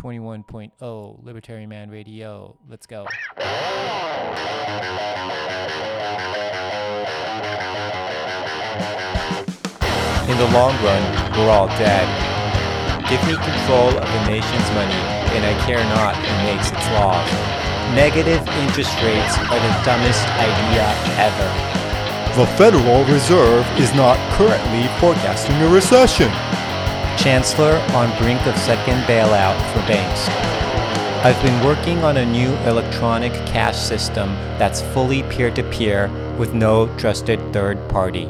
21.0 Libertarian Man Radio. Let's go. In the long run, we're all dead. Give me control of the nation's money, and I care not who makes its laws. Negative interest rates are the dumbest idea ever. The Federal Reserve is not currently forecasting a recession. Chancellor on brink of second bailout for banks. I've been working on a new electronic cash system that's fully peer-to-peer with no trusted third party.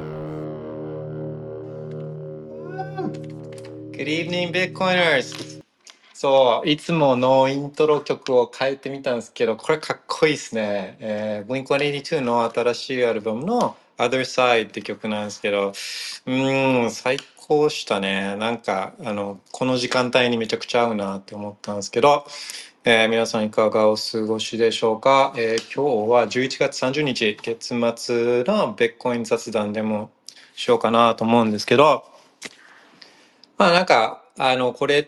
Good evening, Bitcoiners! そう、いつものイントロ曲を変えてみたんですけど、これかっこいいですね。Blink-182 の新しいアルバムの Other Side って曲なんですけど、最高したね。なんか、この時間帯にめちゃくちゃ合うなって思ったんですけど、皆さんいかがお過ごしでしょうか。今日は11月30日、月末のベッコイン雑談でもしようかなと思うんですけど、なんか、これって、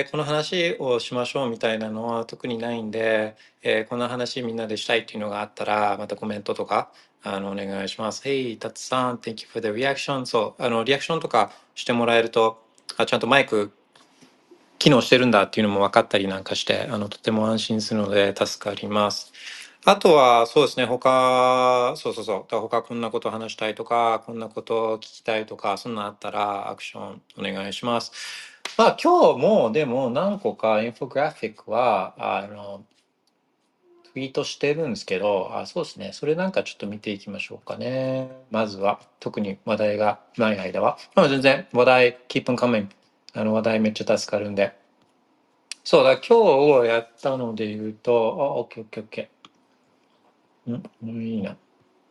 この話をしましょうみたいなのは特にないんで、この話みんなでしたいっていうのがあったら、またコメントとか、お願いします。Hey, たつさん、Thank you for the reaction. そう、リアクションとかしてもらえると、ちゃんとマイク機能してるんだっていうのも分かったりなんかして、とても安心するので助かります。あとは、そうですね、他こんなこと話したいとか、こんなこと聞きたいとか、そんなあったらアクションお願いします。今日もでも何個かインフォグラフィックは、ツイートしてるんですけど、そうですね、それなんかちょっと見ていきましょうかね。まずは、特に話題がない間は。全然、話題、keep on coming。話題めっちゃ助かるんで。そうだ、今日やったので言うと、OK。いいな。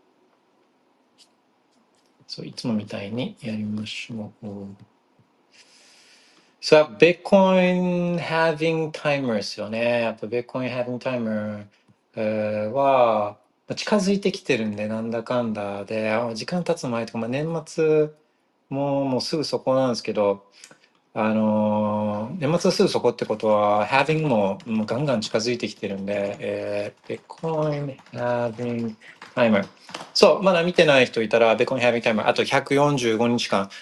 そう、いつもみたいにやりましょう。Bitcoin Halving Timer ですよね。やっぱ Bitcoin Halving Timer は近づいてきてるんで、なんだかんだで、時間経つ前とか、年末もうすぐそこなんですけど、年末すぐそこってことは、Halving もガンガン近づいてきてるんで、Bitcoin Halving Timer。そう、まだ見てない人いたら、Bitcoin Halving Timer、あと145日間。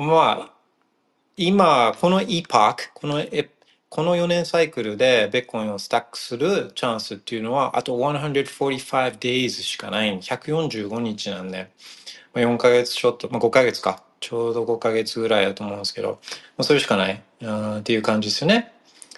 今、このepoch、この4年サイクルでベッコインをスタックするチャンスっていうのは、あと145 days しかない、145日なんで、4ヶ月ちょっと、5ヶ月か。ちょうど5ヶ月ぐらいだと思うんですけど、それしかないっていう感じですよね。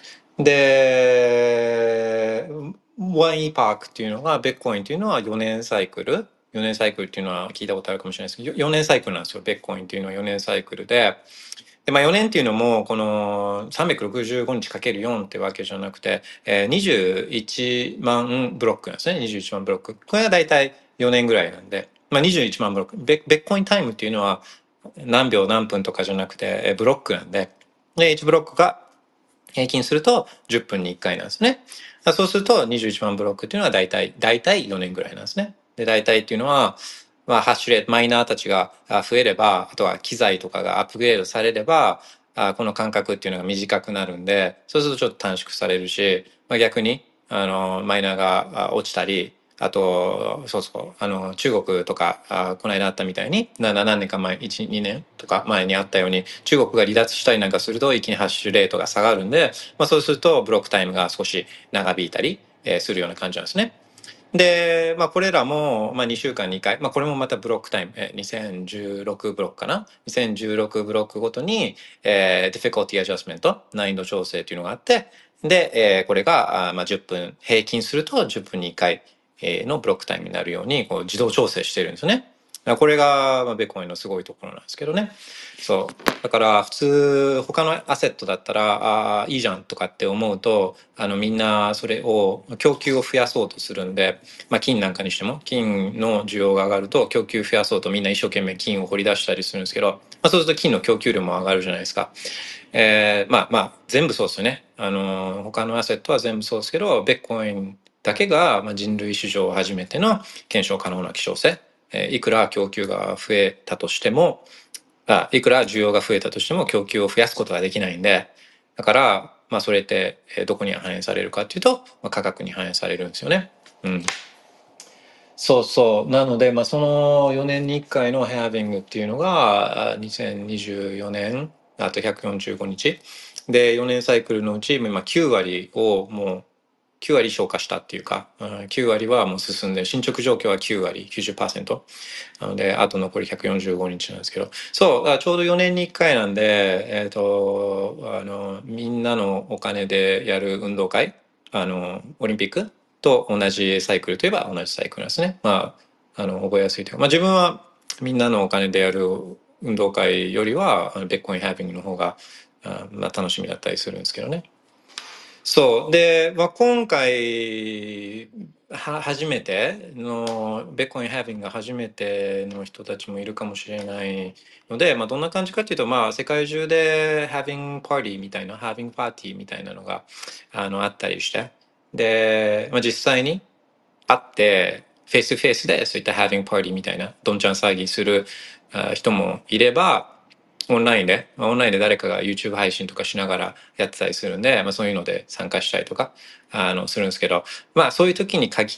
で、One Epoch っていうのが、ベッコインっていうのは4年サイクル。4年サイクルっていうのは聞いたことあるかもしれないですけど、4年サイクルなんですよ。ベッコインっていうのは4年サイクルで、4年っていうのも、この365日かける4ってわけじゃなくて、21万ブロックなんですね。21万ブロック。これがだいたい4年ぐらいなんで、21万ブロック。ベッコインタイムっていうのは何秒何分とかじゃなくて、ブロックなんで、1ブロックが平均すると10分に1回なんですね。そうすると21万ブロックっていうのはだいたい4年ぐらいなんですね。で、だいたいっていうのは、ハッシュレート、マイナーたちが増えれば、あとは機材とかがアップグレードされれば、この間隔っていうのが短くなるんで、そうするとちょっと短縮されるし、逆に、マイナーが落ちたり、あと、中国とか、この間あったみたいに、何年か前、1、2年とか前にあったように、中国が離脱したりなんかすると、一気にハッシュレートが下がるんで、そうすると、ブロックタイムが少し長引いたり、するような感じなんですね。で、これらも、2週間に1回、これもまたブロックタイム、2016ブロックかな ?2016 ブロックごとに、difficulty adjustment、難易度調整というのがあって、で、これが、10分、平均すると10分に1回のブロックタイムになるように、自動調整してるんですね。これが、ベコインのすごいところなんですけどね。そう。だから普通他のアセットだったらいいじゃんとかって思うとみんなそれを供給を増やそうとするんで、金なんかにしても金の需要が上がると供給増やそうとみんな一生懸命金を掘り出したりするんですけど、そうすると金の供給量も上がるじゃないですか。全部そうですよね。他のアセットは全部そうですけど、ベッコインだけが人類史上初めての検証可能な希少性。いくら供給が増えたとしてもいくら需要が増えたとしても供給を増やすことができないんで、だからまあそれってどこに反映されるかっていうと、まあ、価格に反映されるんですよね。うん。そうそう。なので、まあ、その4年に1回のヘアビングっていうのが、2024年、あと145日。で、4年サイクルのうち、まあ、9割をもう、9割消化したっていうか、9割はもう進んで、進捗状況は9割、90%。なので、あと残り145日なんですけど、そう、ちょうど4年に1回なんで、みんなのお金でやる運動会、オリンピックと同じサイクルといえば同じサイクルなんですね。まあ、覚えやすいというか、まあ自分はみんなのお金でやる運動会よりは、ベッコインハービングの方が、まあ楽しみだったりするんですけどね。そう。で、まあ、今回、初めての、ベッコインハービングが初めての人たちもいるかもしれないので、まあ、どんな感じかっていうと、まあ、世界中でハービングパーティーみたいな、ハービングパーティーみたいなのが、あったりして、で、まあ、実際に会って、フェイスフェイスでそういったハービングパーティーみたいな、どんちゃん騒ぎする人もいれば、オンラインで、オンラインで誰かが YouTube 配信とかしながらやってたりするんで、まあそういうので参加したりとか、するんですけど、まあそういう時に限って、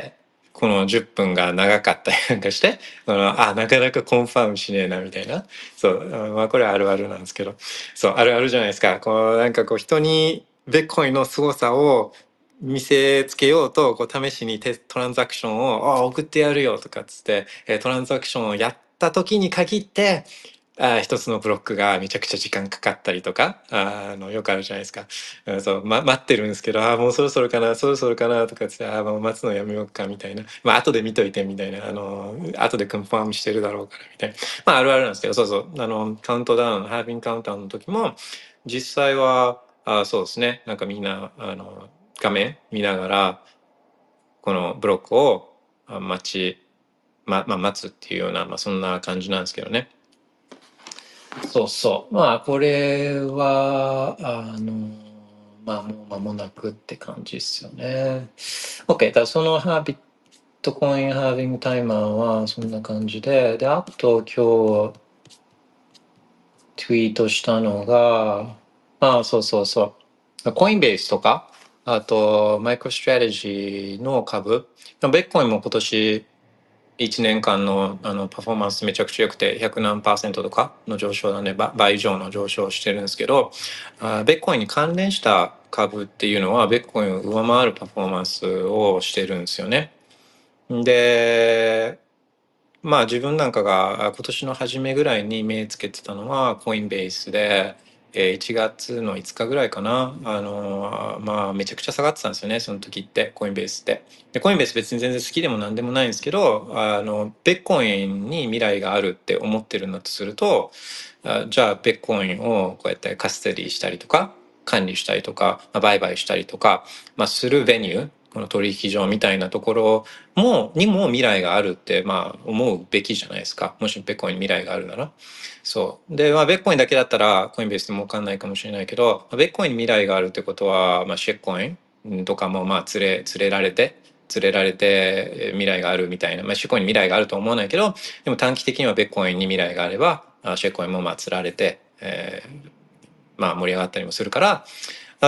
この10分が長かったりなんかして、なかなかコンファームしねえなみたいな。そう、まあこれはあるあるなんですけど、そう、あるあるじゃないですか。こう、なんかこう人にベッコインの凄さを見せつけようと、こう試しにトランザクションを、送ってやるよとかっつって、トランザクションをやった時に限って、一つのブロックがめちゃくちゃ時間かかったりとか、よくあるじゃないですか。そう、待ってるんですけど、もうそろそろかな、そろそろかなとかって、もう待つのやめようかみたいな。まあ、後で見といてみたいな。後でコンファームしてるだろうからみたいな。まあ、あるあるなんですけど、そうそう。カウントダウン、ハービングカウントダウンの時も、実際は、そうですね。なんかみんな、画面見ながら、このブロックを待つっていうような、まあ、そんな感じなんですけどね。そうそう。まあ、これは、まあ、もう間もなくって感じですよね。OK。だからそのビットコインハービングタイマーはそんな感じで、で、あと今日ツイートしたのが、そうそうそう。コインベースとか、あと、マイクロストラテジーの株。ベッコインも今年1年間のパフォーマンスめちゃくちゃ良くて100何パーセントとかの上昇なんで倍以上の上昇してるんですけど、ベッコインに関連した株っていうのはベッコインを上回るパフォーマンスをしてるんですよね。で、まあ自分なんかが今年の初めぐらいに目つけてたのはコインベースで、1月の5日ぐらいかな。まあめちゃくちゃ下がってたんですよね、その時って、コインベースって。で、コインベース別に全然好きでも何でもないんですけど、ベッコインに未来があるって思ってるんだとすると、じゃあベッコインをこうやってカステリーしたりとか、管理したりとか、売買したりとか、するベニュー、この取引所みたいなところにも未来があるって、思うべきじゃないですか。もしベッコインに未来があるなら。そう。で、ベッコインだけだったら、コインベースでもわかんないかもしれないけど、ベッコインに未来があるってことは、シェッコインとかも、連れられて、未来があるみたいな。シェッコインに未来があるとは思わないけど、でも短期的にはベッコインに未来があれば、シェッコインも釣られて、盛り上がったりもするから、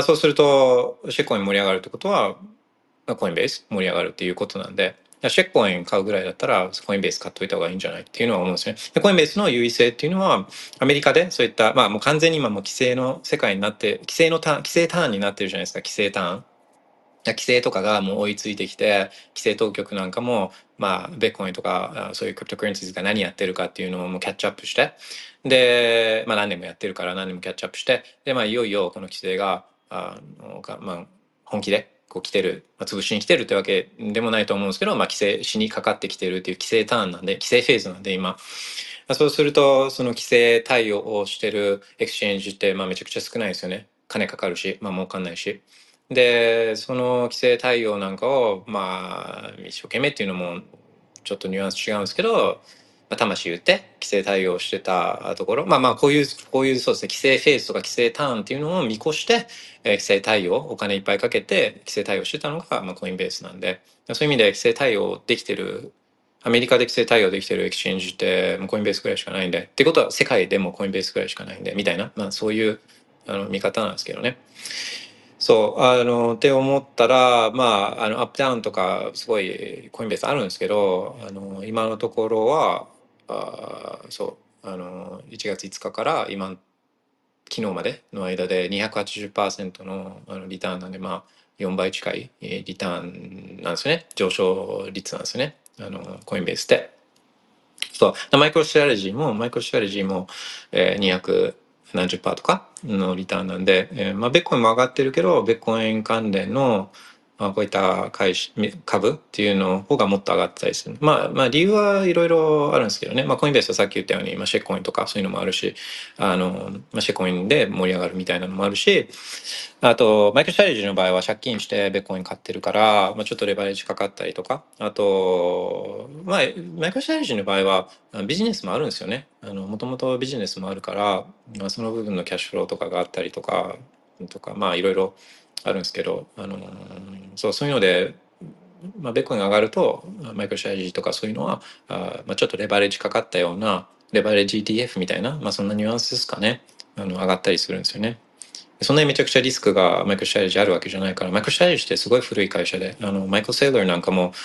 そうすると、シェッコイン盛り上がるってことは、コインベース盛り上がるっていうことなんで、シェッコイン買うぐらいだったら、コインベース買っといた方がいいんじゃないっていうのは思うんですね。で、コインベースの優位性っていうのは、アメリカでそういった、もう完全に今もう規制の世界になって、規制ターンになってるじゃないですか、規制ターン。規制とかがもう追いついてきて、規制当局なんかも、ベッコインとか、そういうクリプトクレンシーズが何やってるかっていうのをもうキャッチアップして、で、何年もやってるから何年もキャッチアップして、で、いよいよこの規制が、本気で、こう来てる、潰しに来てるってわけでもないと思うんですけど、規制しにかかってきてるっていう規制ターンなんで、規制フェーズなんで今。そうすると、その規制対応をしてるエクスチェンジって、めちゃくちゃ少ないですよね。金かかるし、儲かんないし。で、その規制対応なんかを、一生懸命っていうのも、ちょっとニュアンス違うんですけど、魂打って規制対応してたところ、こういうそうですね、規制フェーズとか規制ターンっていうのを見越して、規制対応、お金いっぱいかけて規制対応してたのが、コインベースなんで、そういう意味で規制対応できてる、アメリカで規制対応できてるエクスチェンジって、コインベースくらいしかないんで、ってことは世界でもコインベースくらいしかないんで、みたいな、そういう見方なんですけどね。そうって思ったら、まあアップダウンとかすごいコインベースあるんですけど、今のところは1月5日から昨日までの間で 280% のリターンなんで、まあ4倍近いリターンなんですよね。上昇率なんですよね。コインベースで。マイクロストラテジーも、200何十パーとかのリターンなんで、ベッコインも上がってるけど、ベッコイン関連の、こういった株っていうの方がもっと上がってたりする。理由はいろいろあるんですけどね。コインベースはさっき言ったように、シェッコインとかそういうのもあるし、シェッコインで盛り上がるみたいなのもあるし、あと、マイクロストラテジーの場合は借金してベッコイン買ってるから、ちょっとレバレッジかかったりとか、あと、マイクロストラテジーの場合はビジネスもあるんですよね。もともとビジネスもあるから、その部分のキャッシュフローとかがあったりとか、いろいろあるんですけど、そういうので、ベッコインが上がると、マイクロストラテジーとかそういうのは、ちょっとレバレッジかかったような、レバレッジ ETF みたいな、そんなニュアンスですかね。上がったりするんですよね。そんなにめちゃくちゃリスクがマイクロストラテジーあるわけじゃないから、マイクロストラテジーってすごい古い会社で、マイクロセイラーなんかも、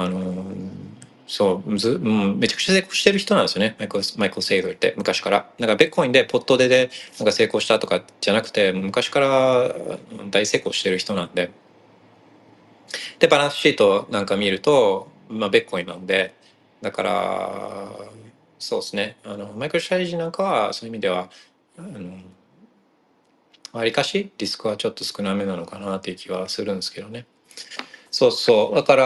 めちゃくちゃ成功してる人なんですよね、マイクロセイラーって昔から。なんかベッコインでポットでなんか成功したとかじゃなくて、昔から大成功してる人なんで。で、バランスシートなんか見ると、ベッコインなんで、だから、そうですね、マイクロストラテジーなんかはそういう意味では、わりかしリスクはちょっと少なめなのかなっていう気はするんですけどね。だから、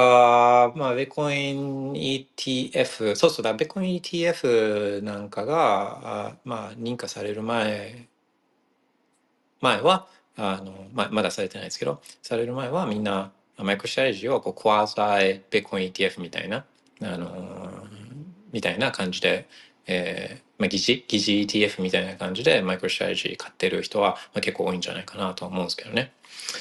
ベッコイン ETF、ベッコイン ETF なんかが、認可される前は、まだされてないですけど、される前はみんな、マイクロストラテジーをクワーザイベッコイン ETF みたいな感じで、疑似 ETF みたいな感じでマイクロストラテジー買ってる人は、結構多いんじゃないかなと思うんですけどね。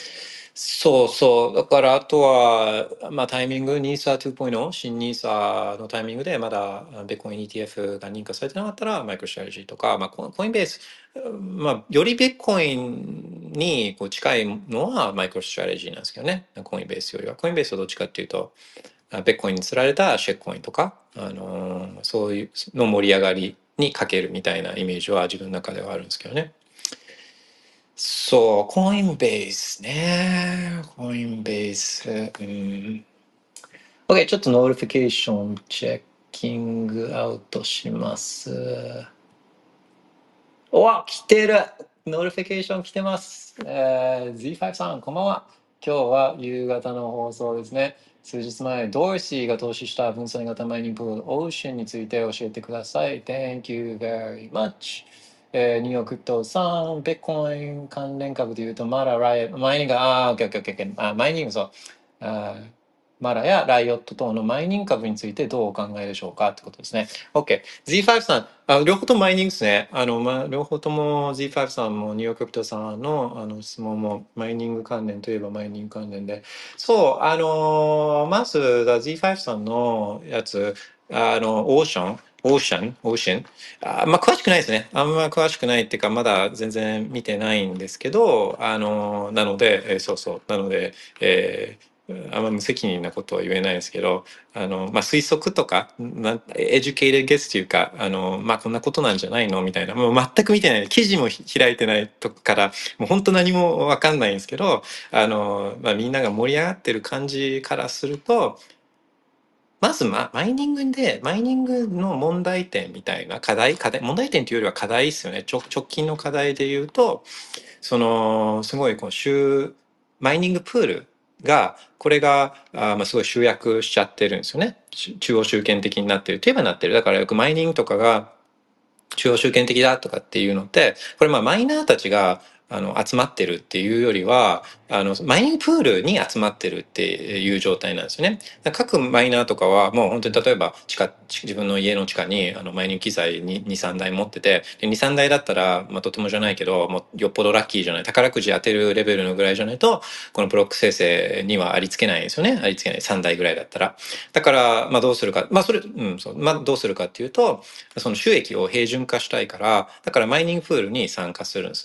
だからあとは、タイミング NISA 2.0 新 NISA のタイミングでまだベッコイン ETF が認可されてなかったらマイクロストラテジーとか、コインベース、よりベッコインに近いのはマイクロストラテジーなんですけどね、コインベースよりは。コインベースはどっちかっていうと、ベッコインに釣られたシェッコインとか、そういうの盛り上がりにかけるみたいなイメージは自分の中ではあるんですけどね。コインベースね。コインベース。OK、ちょっとノーティフィケーションチェッキングアウトします。来てる。ノーティフィケーション来てます。Z5 さん、こんばんは。今日は夕方の放送ですね。数日前、ドーシーが投資した分散型マイニングプール、オーシャンについて教えてください。Thank you very much。ニューヨークとさん、ベッコイン関連株でいうと、マイニング、OK、マイニング、マラやライオット等のマイニング株についてどうお考えでしょうかってことですね。OK。Z5 さん、両方ともマイニングですね。両方とも Z5 さんもニューヨーククトさんの質問もマイニング関連といえばマイニング関連で。まず Z5 さんのやつ、オーシャン、詳しくないですね。あんま詳しくないっていうか、まだ全然見てないんですけど、なので、なので、あんま無責任なことは言えないですけど、推測とか、エデュケイテッドゲスっていうか、こんなことなんじゃないのみたいな、もう全く見てない、記事も開いてないとこから、もう本当何もわかんないんですけど、みんなが盛り上がってる感じからすると、まず、マイニングの問題点みたいな問題点というよりは課題ですよね。直近の課題で言うと、すごいマイニングプールが、これが、すごい集約しちゃってるんですよね。中央集権的になってるといえばなってる。だからよくマイニングとかが中央集権的だとかっていうのって、これマイナーたちが集まってるっていうよりは、マイニングプールに集まってるっていう状態なんですよね。各マイナーとかはもう本当に例えば自分の家の地下にマイニング機材に2、3台持ってて、2、3台だったら、とてもじゃないけど、もうよっぽどラッキーじゃない、宝くじ当てるレベルのぐらいじゃないと、このブロック生成にはありつけないんですよね。ありつけない。3台ぐらいだったら。だから、どうするか。どうするかっていうと、その収益を平準化したいから、だからマイニングプールに参加するんですね。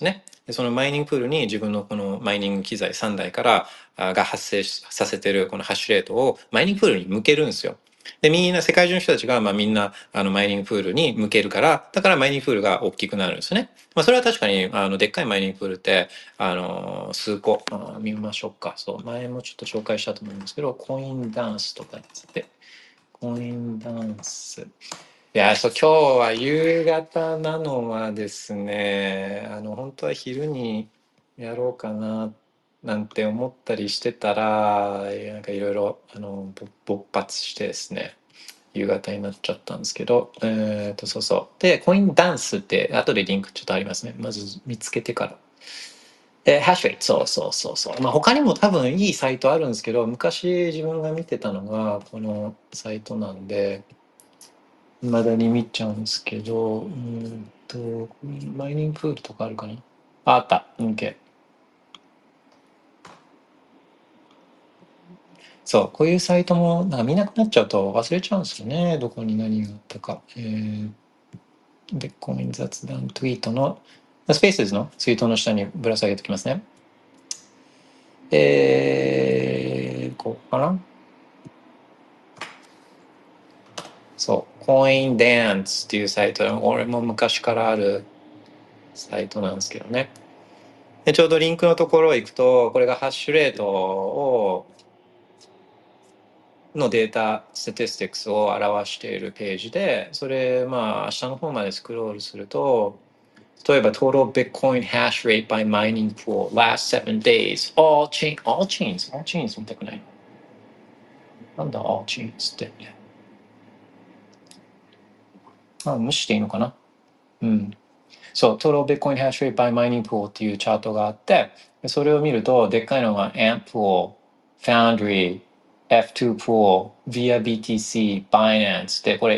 でそのマイニングプールに自分のこのマイニング機材3台からが発生させてるこのハッシュレートをマイニングプールに向けるんですよ。で、みんな、世界中の人たちが、みんな、マイニングプールに向けるから、だからマイニングプールが大きくなるんですね。それは確かに、でっかいマイニングプールって、数個、見ましょうか。そう、前もちょっと紹介したと思うんですけど、コインダンスとかつって、コインダンス。いや、そう、今日は夕方なのはですね、本当は昼にやろうかな、なんて思ったりしてたら、なんかいろいろ、勃発してですね、夕方になっちゃったんですけど、そうそう。で、コインダンスって、後でリンクちょっとありますね。まず見つけてから。ハッシュレート、そう。他にも多分いいサイトあるんですけど、昔自分が見てたのがこのサイトなんで、未だに見ちゃうんですけど、マイニングプールとかあるかなあった。OK。そう、こういうサイトもなんか見なくなっちゃうと忘れちゃうんですよね。どこに何があったか。ビットコイン雑談ツイートの、スペースのツイートの下にぶら下げておきますね。ここかなそう、コインダンスっていうサイトで、俺も昔からあるサイトなんですけどね。でちょうどリンクのところ行くと、これがハッシュレートのデータ、スタティスティックスを表しているページで、それ、下の方までスクロールすると、例えば、Total Bitcoin Hash Rate by Mining Pool Last 7 Days All Chains 見たくないなんだ All Chains って。無視していいのかなそう、Total Bitcoin Hash Rate by Mining Pool っていうチャートがあって、それを見ると、でっかいのが AMP Pool、Foundry、F2 Pool、Via BTC、Binance で、これ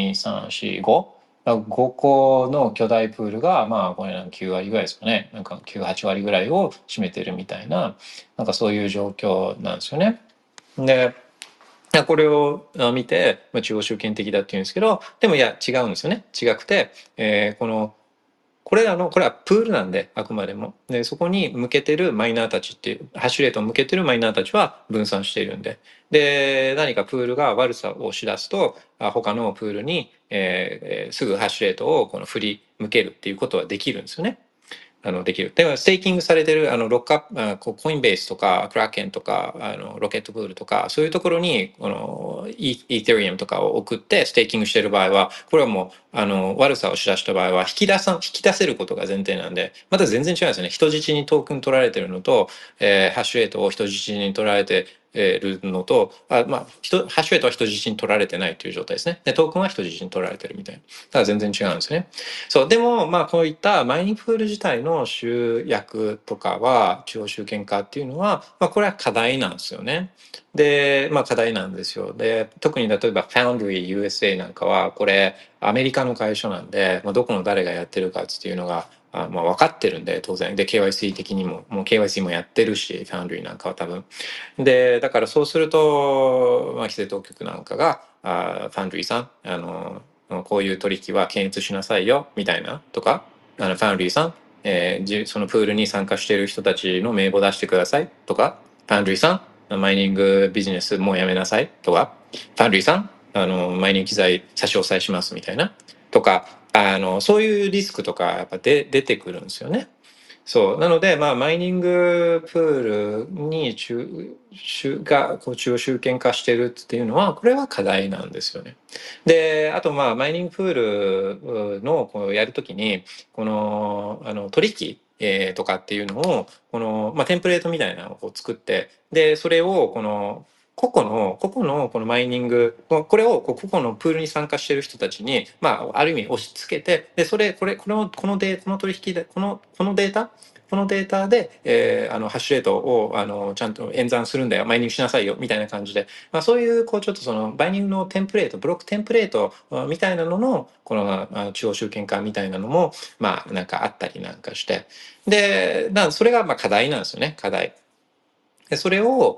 1、2、3、4、5。5個の巨大プールが、これ9割ぐらいですかね。なんか9、8割ぐらいを占めてるみたいな、なんかそういう状況なんですよね。で、これを見て、中央集権的だって言うんですけど、でもいや、違うんですよね。違くて、これはプールなんで、あくまでも。で、そこに向けてるマイナーたちっていう、ハッシュレートを向けてるマイナーたちは分散しているんで。で、何かプールが悪さをしだすと、他のプールに、すぐハッシュレートをこの振り向けるっていうことはできるんですよね。できる。では、ステーキングされてる、ロックアップ、コインベースとか、クラーケンとか、ロケットプールとか、そういうところに、イーテリアムとかを送ってステーキングしてる場合は、これはもう、悪さをしだした場合は、引き出せることが前提なんで、また全然違うんですよね。人質にトークン取られてるのと、ハッシュレートを人質に取られて、るのと、ハッシュレートは人質に取られてないという状態ですね。で、トークンは人質に取られてるみたいな。だから全然違うんですよね。そう、でも、こういったマイニングプール自体の集約とかは、中央集権化っていうのは、これは課題なんですよね。で、課題なんですよ。で、特に例えば Foundry USA なんかは、これ、アメリカの会社なんで、どこの誰がやってるかっていうのが、分かってるんで、当然。で、KYC 的にも、もう KYC もやってるし、Foundry なんかは多分。で、だからそうすると、規制当局なんかが、Foundry さん、こういう取引は検閲しなさいよ、みたいな、とか、Foundry さん、そのプールに参加している人たちの名簿出してください、とか、Foundry さん、マイニングビジネスもうやめなさい、とか、Foundry さん、マイニング機材差し押さえします、みたいな、とか、そういうリスクとかやっぱ出てくるんですよね。そう。なので、マイニングプールに中央集権化してるっていうのは、これは課題なんですよね。で、あと、マイニングプールのこうやるときに、この、取引、とかっていうのを、この、テンプレートみたいなのをこう作って、で、それを、この、個々のこのマイニング、これを個々のプールに参加している人たちに、ある意味押し付けて、で、この取引で、このデータで、ハッシュレートを、ちゃんと演算するんだよ、マイニングしなさいよ、みたいな感じで、そういう、ちょっとその、マイニングのテンプレート、ブロックテンプレートみたいなのの、この、中央集権化みたいなのも、なんかあったりなんかして、で、それが、課題なんですよね、課題。で、それを、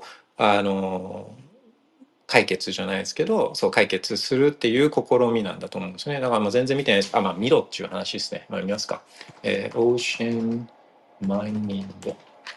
解決じゃないですけど、そう解決するっていう試みなんだと思うんですね。だから全然見てないです。見ろっていう話ですね。見ますか。Ocean マイニング。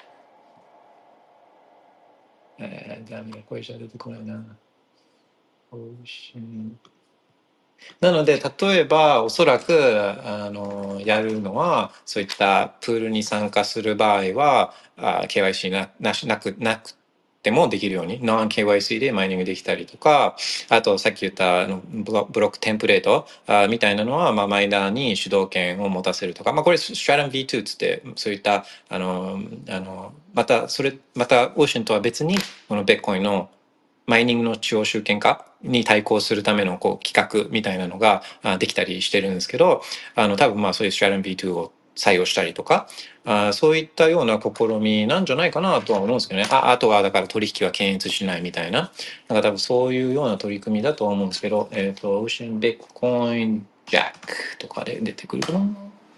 ダメだ、これじゃ出てこないな。オーシャン。なので、例えば、おそらく、やるのは、そういったプールに参加する場合は、KYC なくてもできるように、Non-KYC でマイニングできたりとか、あと、さっき言ったブロックテンプレートみたいなのは、マイナーに主導権を持たせるとか、これ、Stratum V2 つって、そういった、また、オーシャンとは別に、このベッコインのマイニングの中央集権化に対抗するための企画みたいなのができたりしてるんですけど、多分そういう Stratum V2 を採用したりとか、そういったような試みなんじゃないかなとは思うんですけどね。あとはだから取引は検閲しないみたいな、多分そういうような取り組みだとは思うんですけど、Ocean Bitcoin Jack とかで出てくるかな。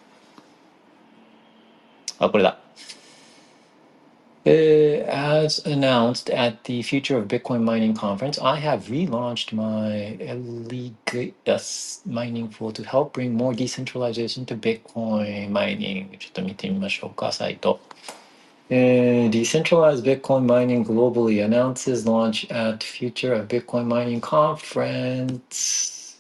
これだ。As announced at the Future of Bitcoin Mining Conference, I have relaunched my Eligas mining pool to help bring more decentralization to Bitcoin mining. ちょっと見てみましょうか、サイト。Decentralized Bitcoin mining globally announces launch at Future of Bitcoin Mining Conference.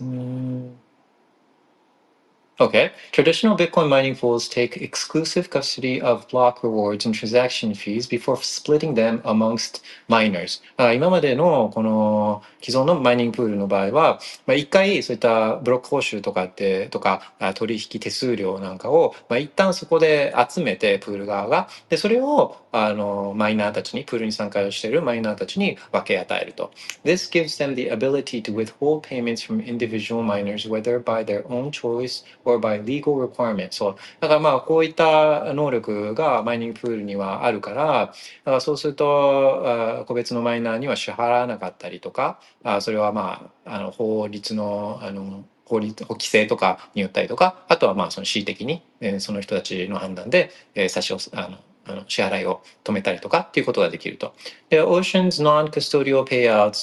Okay. Traditional Bitcoin mining pools take exclusive custody of block rewards and transaction fees before splitting them amongst miners. 今までのこの既存のマイニングプールの場合は、一回そういったブロック報酬とか取引手数料なんかを、一旦そこで集めてプール側が、でそれをマイナーたちに、プールに参加しているマイナーたちに分け与えると。This gives them the ability to withhold payments from individual miners, whether by their own choice or by legal requirement. そう。だからこういった能力がマイニングプールにはあるから、だからそうすると、個別のマイナーには支払わなかったりとか、それは法律の、規制とかによったりとか、あとはその恣意的に、その人たちの判断で、支払いを止めたりとかっていうことができると。で、Ocean's non-custodial payouts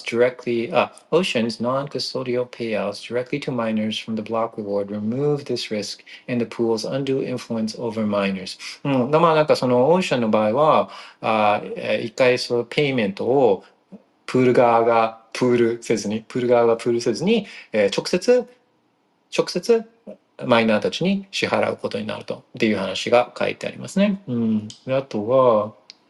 directly to miners from the block reward remove this risk and the pool's undue influence over miners。なんかその Ocean の場合は、一回そのペイメントをプール側がプールせずに、直接マイナーたちに支払うことになるとっていう話が書いてありますね。あとは、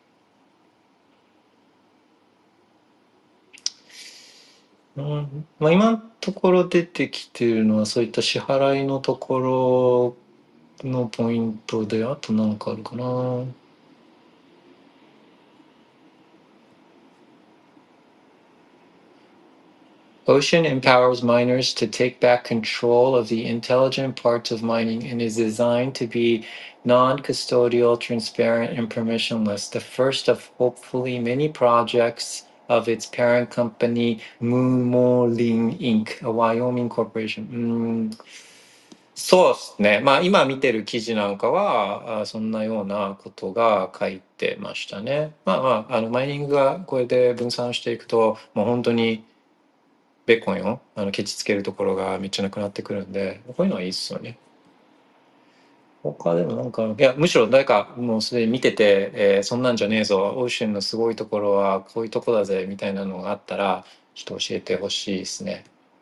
今のところ出てきているのはそういった支払いのところのポイントで、あと何かあるかな。Ocean empowers miners to take back control of the intelligent parts of mining and is designed to be non-custodial, transparent, and permissionless, the first of hopefully many projects of its parent company, Moolin Inc., a Wyoming corporation. そうですね。今見てる記事なんかは、そんなようなことが書いてましたね。マイニングがこれで分散していくと、もう本当にベッコインをケチつけるところがめっちゃなくなってくるんで、こういうのはいいっすよね。他でもなんか、いや、むしろ誰かもうすでに見てて、そんなんじゃねえぞ、オーシャンのすごいところはこういうとこだぜ、みたいなのがあったら、ちょっと教えてほしいですね。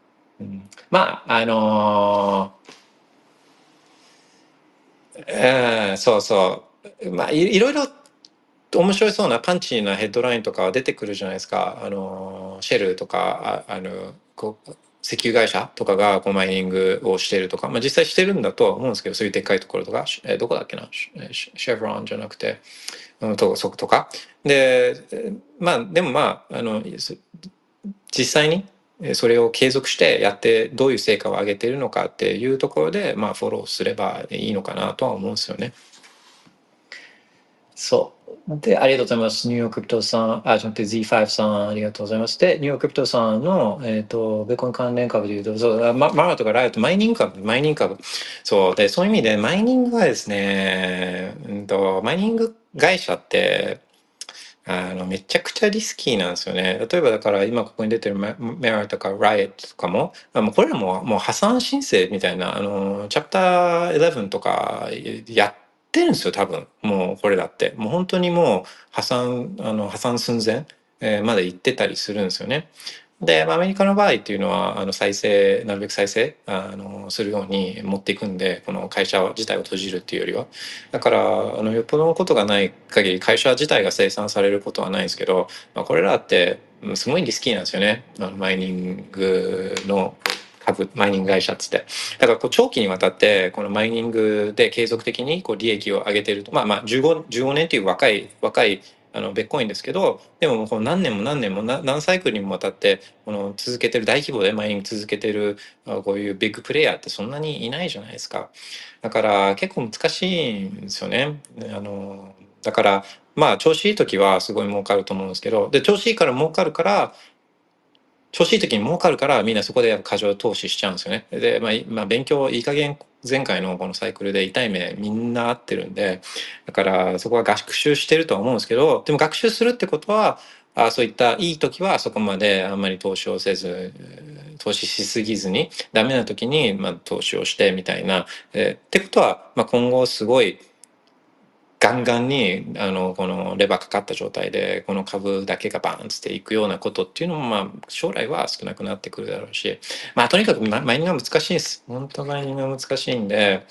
そうそう。いろいろ面白そうなパンチなヘッドラインとかは出てくるじゃないですか。シェルとか、石油会社とかがマイニングをしてるとか、実際してるんだとは思うんですけど、そういうでっかいところとか、どこだっけな、シェブロンじゃなくて、とか。で、でも実際にそれを継続してやってどういう成果を上げているのかっていうところで、フォローすればいいのかなとは思うんですよね。そう。で、ありがとうございます。ニューヨーククリプトさん、Z5 さん、ありがとうございます。で、ニューヨーククリプトさんの、ベーコン関連株でいうと、マラとかライオット、マイニング株。そう。で、そういう意味で、マイニングはですね、マイニング会社って、めちゃくちゃリスキーなんですよね。例えばだから今ここに出てるメラとかライエットとかも、これらももう破産申請みたいな、チャプター11とかってるんですよ、多分。もうこれだって。もう本当にもう破産寸前、まで行ってたりするんですよね。で、アメリカの場合っていうのは、なるべく再生、するように持っていくんで、この会社自体を閉じるっていうよりは。だから、よっぽどのことがない限り、会社自体が清算されることはないんですけど、これらって、すごいリスキーなんですよね。マイニングのマイニング会社っつって。だから長期にわたってこのマイニングで継続的に利益を上げてると、15年っていう若いベッコインですけど、でもこの何年も何サイクルにもわたってこの続けてる、大規模でマイニング続けてるこういうビッグプレイヤーってそんなにいないじゃないですか。だから結構難しいんですよね。だから調子いい時はすごい儲かると思うんですけど、で調子いいから儲かるから調子いい時に儲かるからみんなそこで過剰投資しちゃうんですよね。で、勉強いい加減前回のこのサイクルで痛い目みんな合ってるんで、だからそこは学習してるとは思うんですけど、でも学習するってことはそういったいい時はそこまであんまり投資をせず、投資しすぎずにダメな時に投資をしてみたいな、ってことは今後すごいガンガンにこのレバーかかった状態でこの株だけがバーンっていくようなことっていうのも将来は少なくなってくるだろうし、とにかくマイニングは難しいです。本当マイニングは難しいんで、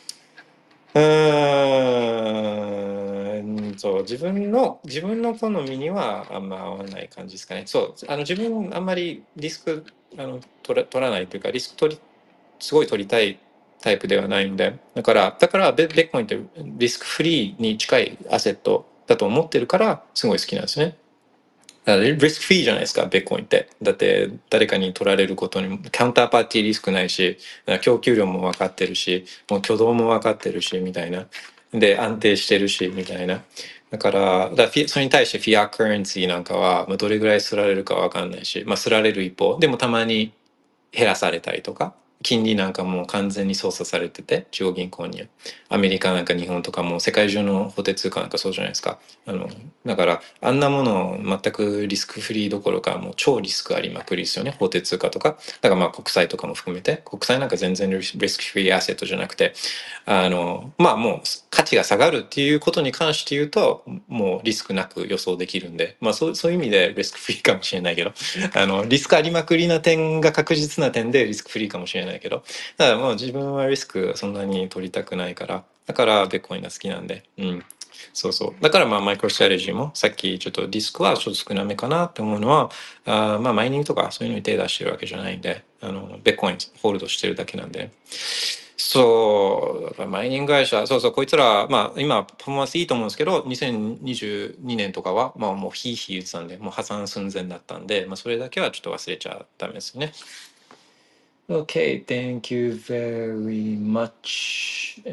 そう自分の好みにはあんま合わない感じですかね。そう自分あんまりリスク取らないというか、リスクすごい取りたいタイプではないんで、だからベッコインってリスクフリーに近いアセットだと思ってるからすごい好きなんですね。だからリスクフリーじゃないですか、ベッコインって。だって誰かに取られることにカウンターパーティーリスクないし、供給量も分かってるし、もう挙動も分かってるしみたいな。で安定してるしみたいな。だからそれに対してフィアカレンシーなんかはどれぐらいすられるか分かんないし、すられる一方でもたまに減らされたりとか、金利なんかもう完全に操作されてて、中央銀行に。アメリカなんか日本とかも世界中の法定通貨なんかそうじゃないですか。だからあんなもの全くリスクフリーどころかもう超リスクありまくりですよね、法定通貨とか。だから国債とかも含めて、国債なんか全然リスクフリーアセットじゃなくて、もう価値が下がるっていうことに関して言うと、もうリスクなく予想できるんで、そういう意味でリスクフリーかもしれないけど、リスクありまくりな点が確実な点でリスクフリーかもしれないけど、ただ自分はリスクそんなに取りたくないから、だからベッコインが好きなんで、そうそう。だからマイクロストラテジーもさっきちょっとリスクはちょっと少なめかなって思うのは、マイニングとかそういうのに手出してるわけじゃないんで、ベッコインホールドしてるだけなんで。そう、マイニング会社、そう、こいつら、今、パフォーマンスいいと思うんですけど、2022年とかは、もうヒーヒー言ってたんで、もう破産寸前だったんで、それだけはちょっと忘れちゃダメですよね。Okay, thank you very much.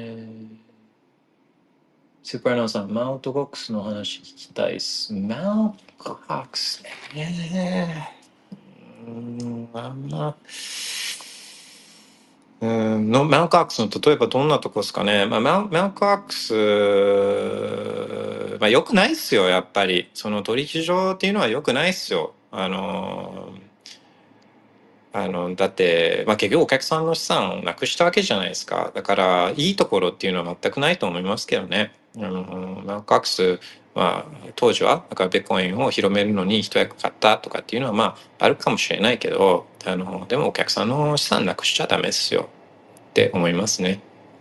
スーパーナオさん、マウントボックスの話聞きたいです。マウントボックスね。マウントアックスの例えばどんなとこですかね。マウントアックス、良くないっすよ、やっぱり。その取引所っていうのは良くないっすよ。だって、結局お客さんの資産をなくしたわけじゃないですか。だから、いいところっていうのは全くないと思いますけどね。マウントアックスは、当時は、だからベッコインを広めるのに一役買ったとかっていうのは、あるかもしれないけど、でもお客さんの資産なくしちゃダメですよ。って思いますね。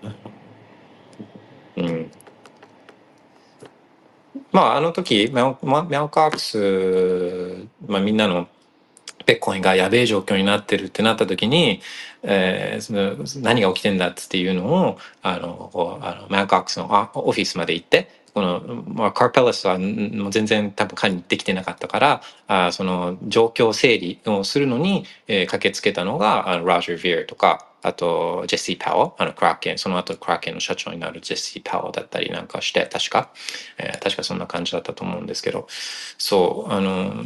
あの時マウントアックス、みんなのベッコインがやべえ状況になってるってなった時に、何が起きてんだっていうのをマウントアックスのオフィスまで行って、この、カーペラスはもう全然多分管理できてなかったからその状況整理をするのに、駆けつけたのがロジャー・ヴィアとか、あとジェシー・パワー、クラーケン、その後クラーケンの社長になるジェシー・パワーだったりなんかして、確かそんな感じだったと思うんですけど、そう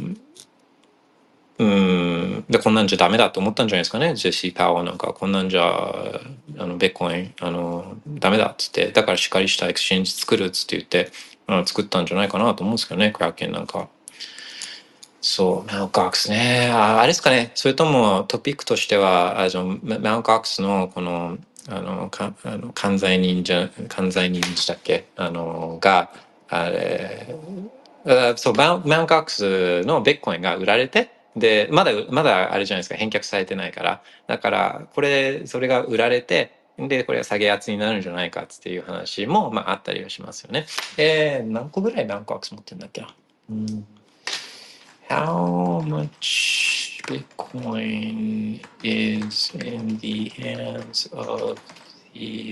でこんなんじゃダメだと思ったんじゃないですかね。ジェシー・パワーなんかこんなんじゃベッコインダメだっつって、だからしっかりしたエクスチェンジ作るっつって言って作ったんじゃないかなと思うんですけどね、クラーケンなんか。そうマウントアックスね、あれですかね。それともトピックとしてはマウントアックスのこの関西人でしたっけが、あれ、そう、マウントカックスのベッコインが売られて、で、まだあれじゃないですか、返却されてないから。だから、それが売られて、で、これが下げ圧になるんじゃないかっていう話も、あったりはしますよね。何個ぐらいマウントカックス持ってるんだっけな。How much Bitcoin is in the hands of the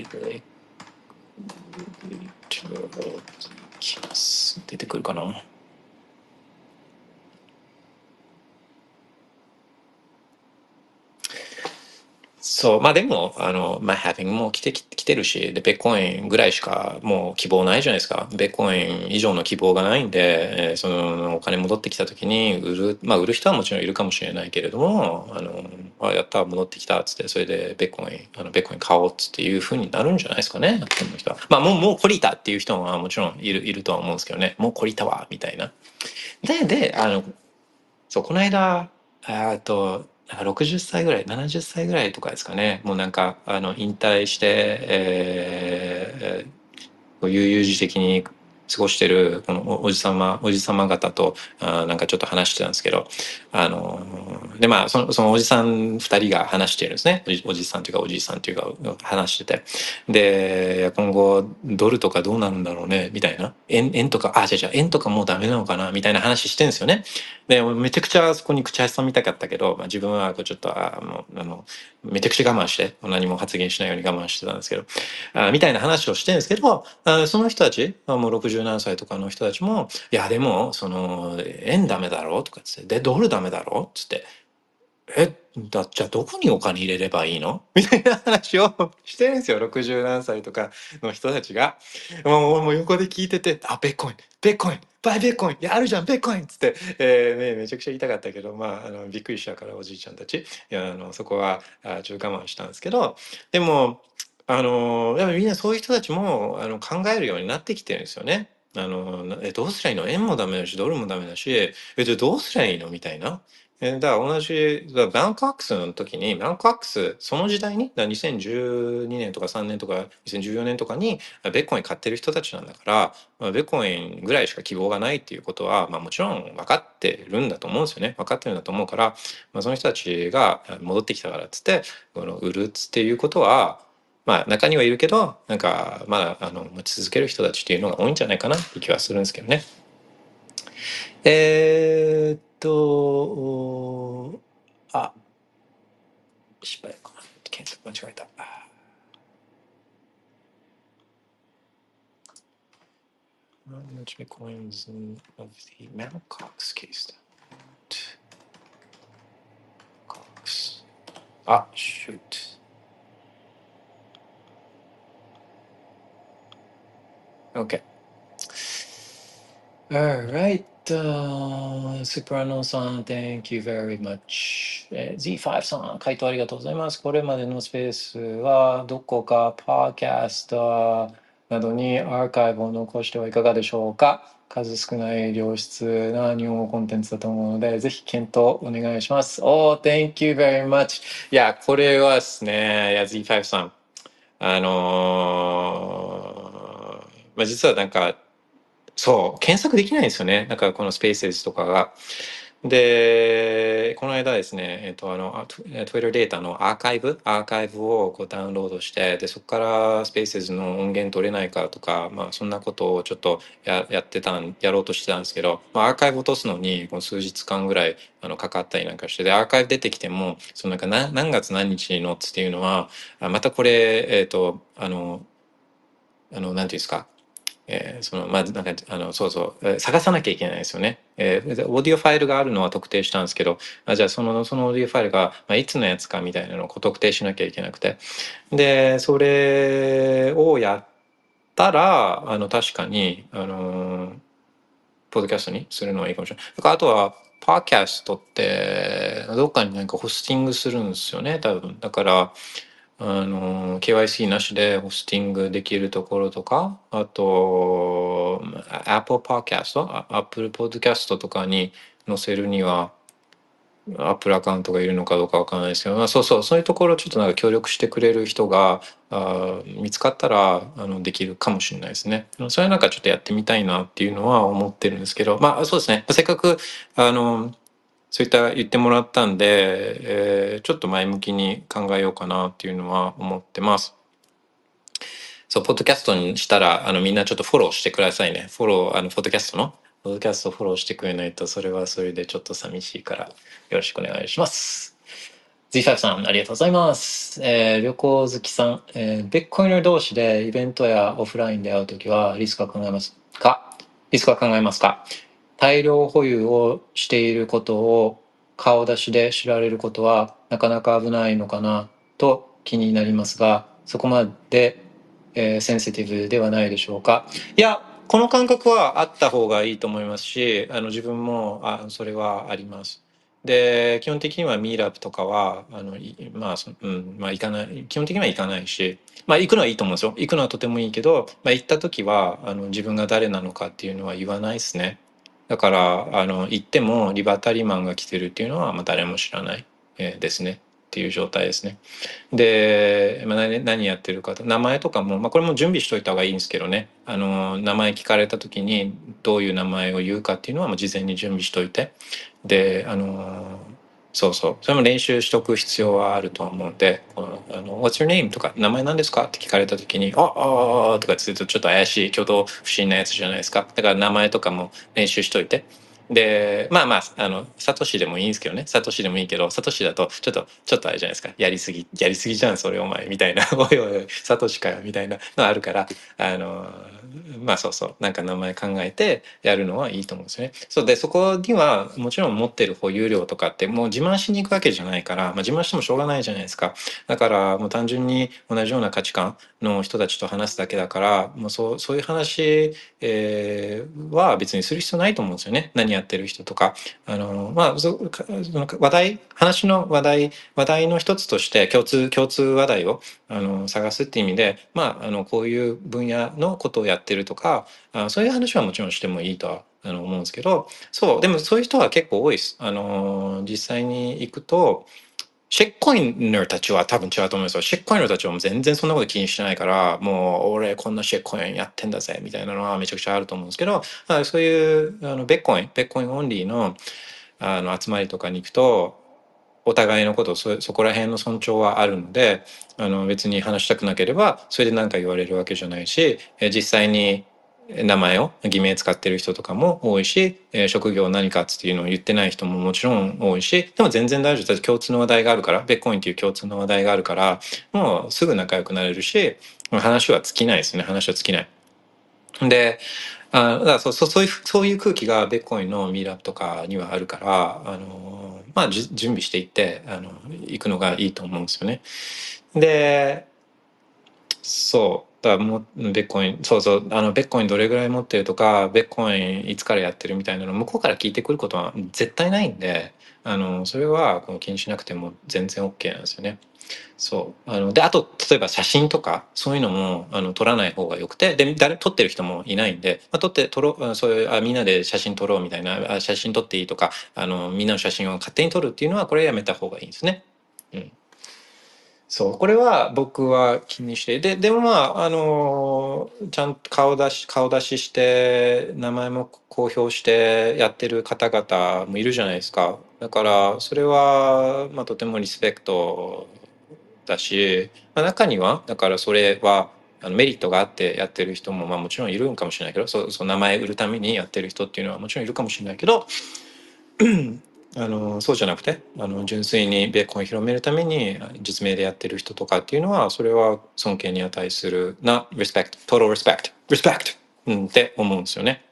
regulator? 出てくるかな。そう、でも、ハーフィングも来てるし、で、ベッコインぐらいしかもう希望ないじゃないですか。ベッコイン以上の希望がないんで、そのお金戻ってきた時に売る人はもちろんいるかもしれないけれども、やった戻ってきたっつって、それでベッコイン買おうっつっていう風になるんじゃないですかね、この人は。もう懲りたっていう人はもちろんいるとは思うんですけどね、もう懲りたわ、みたいな。で、そう、この間、60歳ぐらい、70歳ぐらいとかですかね。もうなんか、引退して、悠々自適に過ごしてる、このおじさま方と、なんかちょっと話してたんですけど、で、そのおじさん二人が話してるんですね。おじさんというかおじいさんというか話してて。で、今後、ドルとかどうなるんだろうね、みたいな。円とか、円とかもうダメなのかな、みたいな話してるんですよね。で、めちゃくちゃそこに口挟みたかったけど、自分はちょっと、めちゃくちゃ我慢して、何も発言しないように我慢してたんですけど、みたいな話をしてるんですけど、その人たち、もう60何歳とかの人たちも、いや、でも、円ダメだろうとかつって、で、ドルダメだろうつって、じゃあどこにお金入れればいいのみたいな話をしてるんですよ。60何歳とかの人たちが。もう横で聞いてて、ベッコイン、バイベッコイン、やるじゃん、ベッコインっつって、めちゃくちゃ言いたかったけど、びっくりしたからおじいちゃんたち。そこは、ちょっと我慢したんですけど、でも、やっぱりみんなそういう人たちも、考えるようになってきてるんですよね。どうすりゃいいの、円もダメだし、ドルもダメだし、じゃあどうすりゃいいのみたいな。だからバンクアックスの時に、バンクアックス、その時代に、2012年とか3年とか2014年とかに、ベッコイン買ってる人たちなんだから、ベッコインぐらいしか希望がないっていうことは、もちろん分かってるんだと思うんですよね。分かってるんだと思うから、その人たちが戻ってきたからっつって、売るっていうことは、中にはいるけど、なんか、持ち続ける人たちっていうのが多いんじゃないかなって気はするんですけどね。失敗かな。検索間違えた。How much Bitcoins of the Mt. Gox case? Gox. Shoot. Okay. All right. Soprano さん、Thank you very much. Z5 さん、回答ありがとうございます。これまでのスペースはどこかパーキャストなどにアーカイブを残してはいかがでしょうか。数少ない良質な日本語コンテンツだと思うので、ぜひ検討お願いします。Thank you very much. いや、これはですね、Z5 さん、実はなんか、そう、検索できないんですよね。なんかこのスペースとかが。で、この間ですね、Twitter データのアーカイブをダウンロードして、で、そこからスペースの音源取れないかとか、そんなことをちょっとやろうとしてたんですけど、アーカイブ落とすのにこの数日間ぐらいかかったりなんかして、で、アーカイブ出てきても、なんか何月何日のっていうのは、またこれ、なんていうんですか、探さなきゃいけないですよね。オーディオファイルがあるのは特定したんですけど、じゃあそのオーディオファイルが、いつのやつかみたいなのを特定しなきゃいけなくて。で、それをやったら、確かに、ポッドキャストにするのはいいかもしれない。だからあとは、パーキャストって、どっかになんかホスティングするんですよね、多分。だから、KYC なしでホスティングできるところとか、あと、Apple Podcast、Apple Podcast とかに載せるには、 アップルアカウントがいるのかどうかわからないですけど、そういうところちょっとなんか協力してくれる人が見つかったらできるかもしれないですね。それはなんかちょっとやってみたいなっていうのは思ってるんですけど、そうですね。せっかくそういった言ってもらったんで、ちょっと前向きに考えようかなっていうのは思ってます。そう、ポッドキャストにしたら、みんなちょっとフォローしてくださいね。ポッドキャストフォローしてくれないと、それはそれでちょっと寂しいから、よろしくお願いします。Z5 さん、ありがとうございます。旅行好きさん、ビットコイナー同士でイベントやオフラインで会うときはリスクは考えますか？大量保有をしていることを顔出しで知られることはなかなか危ないのかなと気になりますが、そこまでセンシティブではないでしょうか。いや、この感覚はあった方がいいと思いますし、自分もそれはあります。で、基本的にはミーラップとかは行かない、基本的には行かないし、行くのはいいと思うんですよ。行くのはとてもいいけど、行った時は自分が誰なのかっていうのは言わないですね。だから行ってもリバタリーマンが来てるっていうのは誰も知らない、ですねっていう状態ですね。で、何やってるかと、名前とかも、これも準備しといた方がいいんですけどね、名前聞かれた時にどういう名前を言うかっていうのはもう事前に準備しといて、でそれも練習しとく必要はあると思うんで、What's your name? とか、名前何ですかって聞かれた時に、とかって言うとちょっと怪しい、挙動不審なやつじゃないですか。だから名前とかも練習しといて。で、サトシでもいいんですけどね。サトシでもいいけど、サトシだと、ちょっとあれじゃないですか。やりすぎじゃん、それお前、みたいな。おいおい、サトシかよ、みたいなのあるから、なんか名前考えてやるのはいいと思うんですよね。そうで、そこにはもちろん持ってる保有量とかってもう自慢しに行くわけじゃないから、自慢してもしょうがないじゃないですか。だからもう単純に同じような価値観の人たちと話すだけだから、もうそういう話、は別にする必要ないと思うんですよね。何やってる人とか。その話題の一つとして共通話題を探すっていう意味で、こういう分野のことをやってるとか、そういう話はもちろんしてもいいとは思うんですけど、でもそういう人は結構多いです。実際に行くと、シェッコイナーたちは多分違うと思うんですよ。シェッコイナーたちはもう全然そんなこと気にしてないから、もう俺こんなシェッコインやってんだぜみたいなのはめちゃくちゃあると思うんですけど、そういうベッコインオンリーの集まりとかに行くと、お互いのことそこら辺の尊重はあるので、別に話したくなければそれで何か言われるわけじゃないし、実際に名前を偽名使ってる人とかも多いし、職業何かっていうのを言ってない人ももちろん多いし、でも全然大丈夫。だって共通の話題があるから、ベッコインっていう共通の話題があるから、もうすぐ仲良くなれるし、話は尽きないですね。話は尽きない。で、だからそういう空気がベッコインのミーラップとかにはあるから、準備していって行くのがいいと思うんですよね。で、だからもうベッコイン、ベッコインどれぐらい持ってるとか、ベッコインいつからやってるみたいなの向こうから聞いてくることは絶対ないんで、それは気にしなくても全然 OK なんですよね。で、あと例えば写真とかそういうのも撮らない方がよくて、で撮ってる人もいないんで、撮ろう、そういうみんなで写真撮ろうみたいな、写真撮っていいとか、みんなの写真を勝手に撮るっていうのはこれやめた方がいいんですね。これは僕は気にして、でもちゃんと顔出しして、名前も公表してやってる方々もいるじゃないですか。だから、それは、とてもリスペクトだし、中には、だからそれは、メリットがあってやってる人も、もちろんいるんかもしれないけど、名前売るためにやってる人っていうのはもちろんいるかもしれないけど、そうじゃなくて純粋にベーコンを広めるために実名でやってる人とかっていうのはそれは尊敬に値するな total respect、って思うんですよね。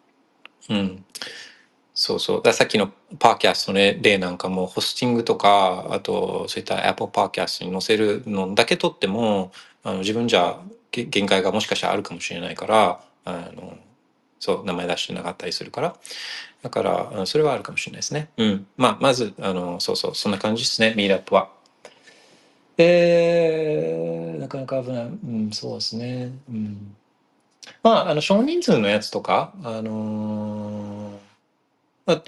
ださっきのパーキャストの例なんかもホスティングとかあとそういった Apple パーキャストに載せるのだけとっても自分じゃ限界がもしかしたらあるかもしれないから名前出してなかったりするから。だからそれはあるかもしれないですね。まずそんな感じですね、ミーラップは。なかなか危ない。そうですね。少人数のやつとか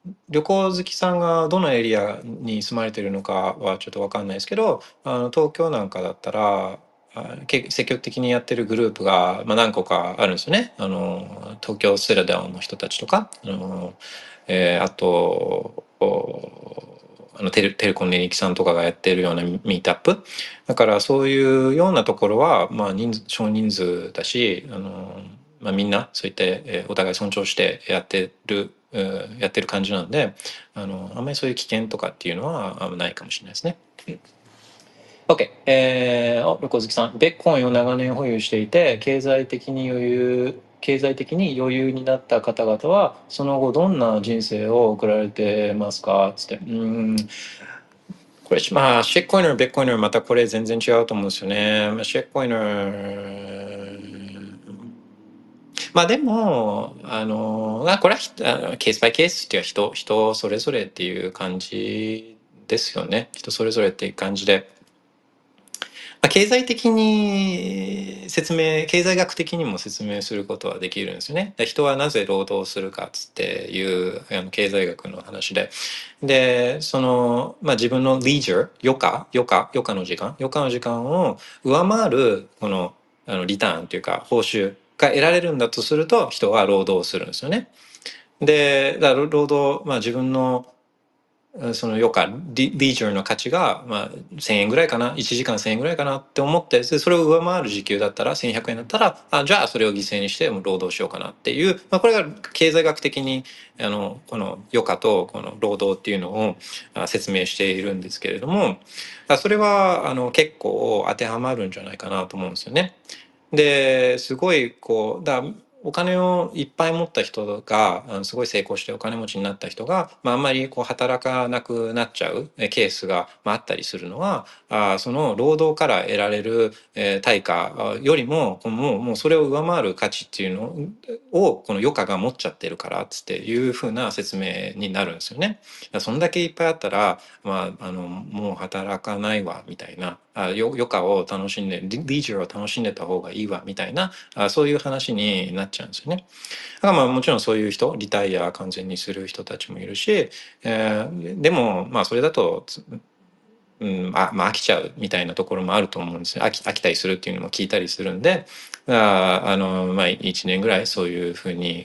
旅行好きさんがどのエリアに住まれてるのかはちょっと分かんないですけど、東京なんかだったら積極的にやってるグループが、何個かあるんですよね。東京セラダオの人たちとか、あとテレコンネリキさんとかがやってるようなミートアップだから、そういうようなところは、少人数だし、みんなそういった、お互い尊重してやってる感じなんで、あんまりそういう危険とかっていうのはないかもしれないですね。OK、旅行好きさん、ベッコインを長年保有していて、経済的に余裕になった方々は、その後どんな人生を送られてますかつって。これ、シェックコイナー、ベッコイナー、またこれ全然違うと思うんですよね。シェックコイナー、でも、これはケースバイケースっていうか人それぞれっていう感じですよね。人それぞれっていう感じで。経済的に経済学的にも説明することはできるんですよね。人はなぜ労働するかっつっていう経済学の話で。で、自分のリージャー、余暇の時間を上回る、リターンというか、報酬が得られるんだとすると、人は労働するんですよね。で、だから労働、自分のその余暇リージャーの価値が、1,000円ぐらいかな、1時間1,000円ぐらいかなって思って、それを上回る時給だったら1,100円だったら、じゃあそれを犠牲にしても労働しようかなっていう、これが経済学的にこの余暇とこの労働っていうのを説明しているんですけれども、それは結構当てはまるんじゃないかなと思うんですよね。ですごいお金をいっぱい持った人がすごい成功してお金持ちになった人が、あんまり働かなくなっちゃうケースがあったりするのは、その労働から得られる対価よりももうそれを上回る価値っていうのをこの余暇が持っちゃってるからっつっていうふうな説明になるんですよね。そんだけいっぱいあったら、もう働かないわみたいな、余暇を楽しんでリージャーを楽しんでた方がいいわみたいな、そういう話になっちゃうんですよね。だからもちろんそういう人リタイア完全にする人たちもいるし、でもそれだと飽きちゃうみたいなところもあると思うんですよ。飽きたりするっていうのも聞いたりするんで、1年ぐらいそういうふうに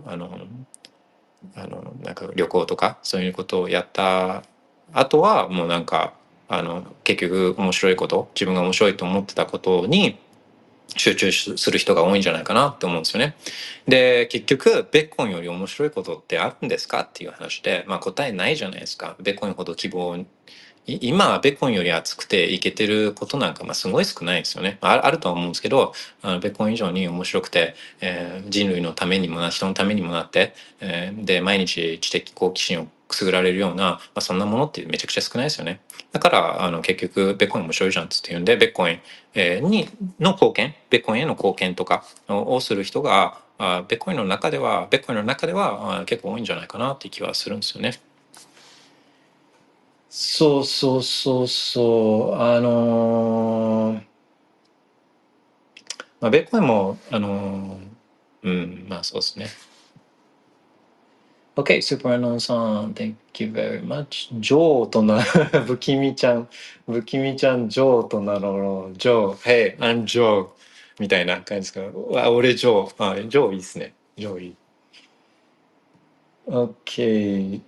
なんか旅行とかそういうことをやった後はもう結局自分が面白いと思ってたことに集中する人が多いんじゃないかなって思うんですよね。で、結局ベッコンより面白いことってあるんですかっていう話で、答えないじゃないですか。ベッコンほど今はベッコンより熱くていけてることなんかすごい少ないですよね。あるとは思うんですけど、ベッコン以上に面白くて、人類のためにも人のためにもなって、で毎日知的好奇心をくすぐられるような、そんなものってめちゃくちゃ少ないですよね。だから結局ベッコン面白いじゃんっつって言うんで、ベッコンベッコンへの貢献とかをする人がベッコインの中では結構多いんじゃないかなっていう気はするんですよね。そうそうそうそう。ベッコインもそうですね。OK、スーパーノンさん、Thank you very much。ジョーとな、不気味ちゃん、ジョーとなろう、ジョー、Hey, I'm Joe みたいな感じですか。俺ジョー、ジョーいいっすね。ジョーいい。OK、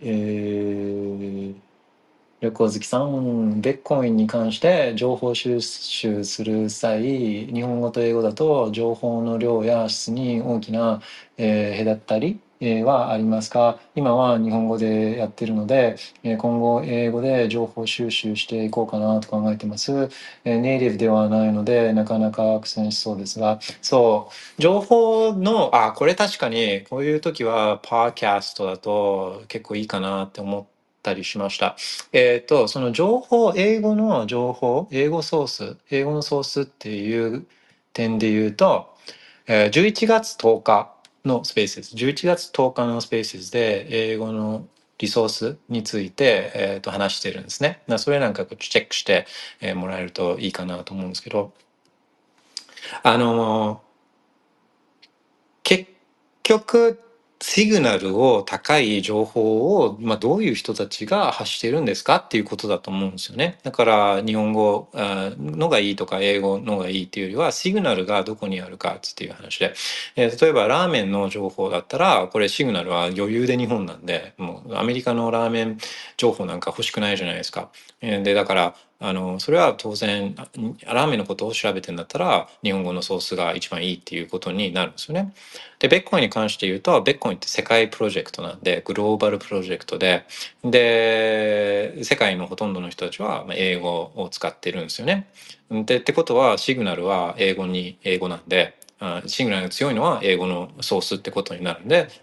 旅行好きさん、ベッコインに関して情報収集する際、日本語と英語だと情報の量や質に大きな、隔たり、はありますか？今は日本語でやってるので、今後英語で情報収集していこうかなと考えてます。ネイティブではないのでなかなか苦戦しそうですが、そう、情報の、これ確かにこういう時はパーキャストだと結構いいかなって思ったりしました。その英語の情報、英語のソースっていう点で言うと、11月10日のスペースです。11月10日のスペースで英語のリソースについて、話してるんですね。それなんかチェックして、もらえるといいかなと思うんですけど、結局シグナルを高い情報を、どういう人たちが発しているんですかっていうことだと思うんですよね。だから日本語のがいいとか英語のがいいっていうよりはシグナルがどこにあるかっていう話で、例えばラーメンの情報だったらこれシグナルは余裕で日本なんで、もうアメリカのラーメン情報なんか欲しくないじゃないですか。でだからそれは当然ラーメンのことを調べてんだったら日本語のソースが一番いいっていうことになるんですよね。で、ベッコインに関して言うと、ベッコインって世界プロジェクトなんで、グローバルプロジェクトで、世界のほとんどの人たちは英語を使ってるんですよね。ってことは、シグナルは英語なんで、シグナルが強いのは英語のソースってことになるんで、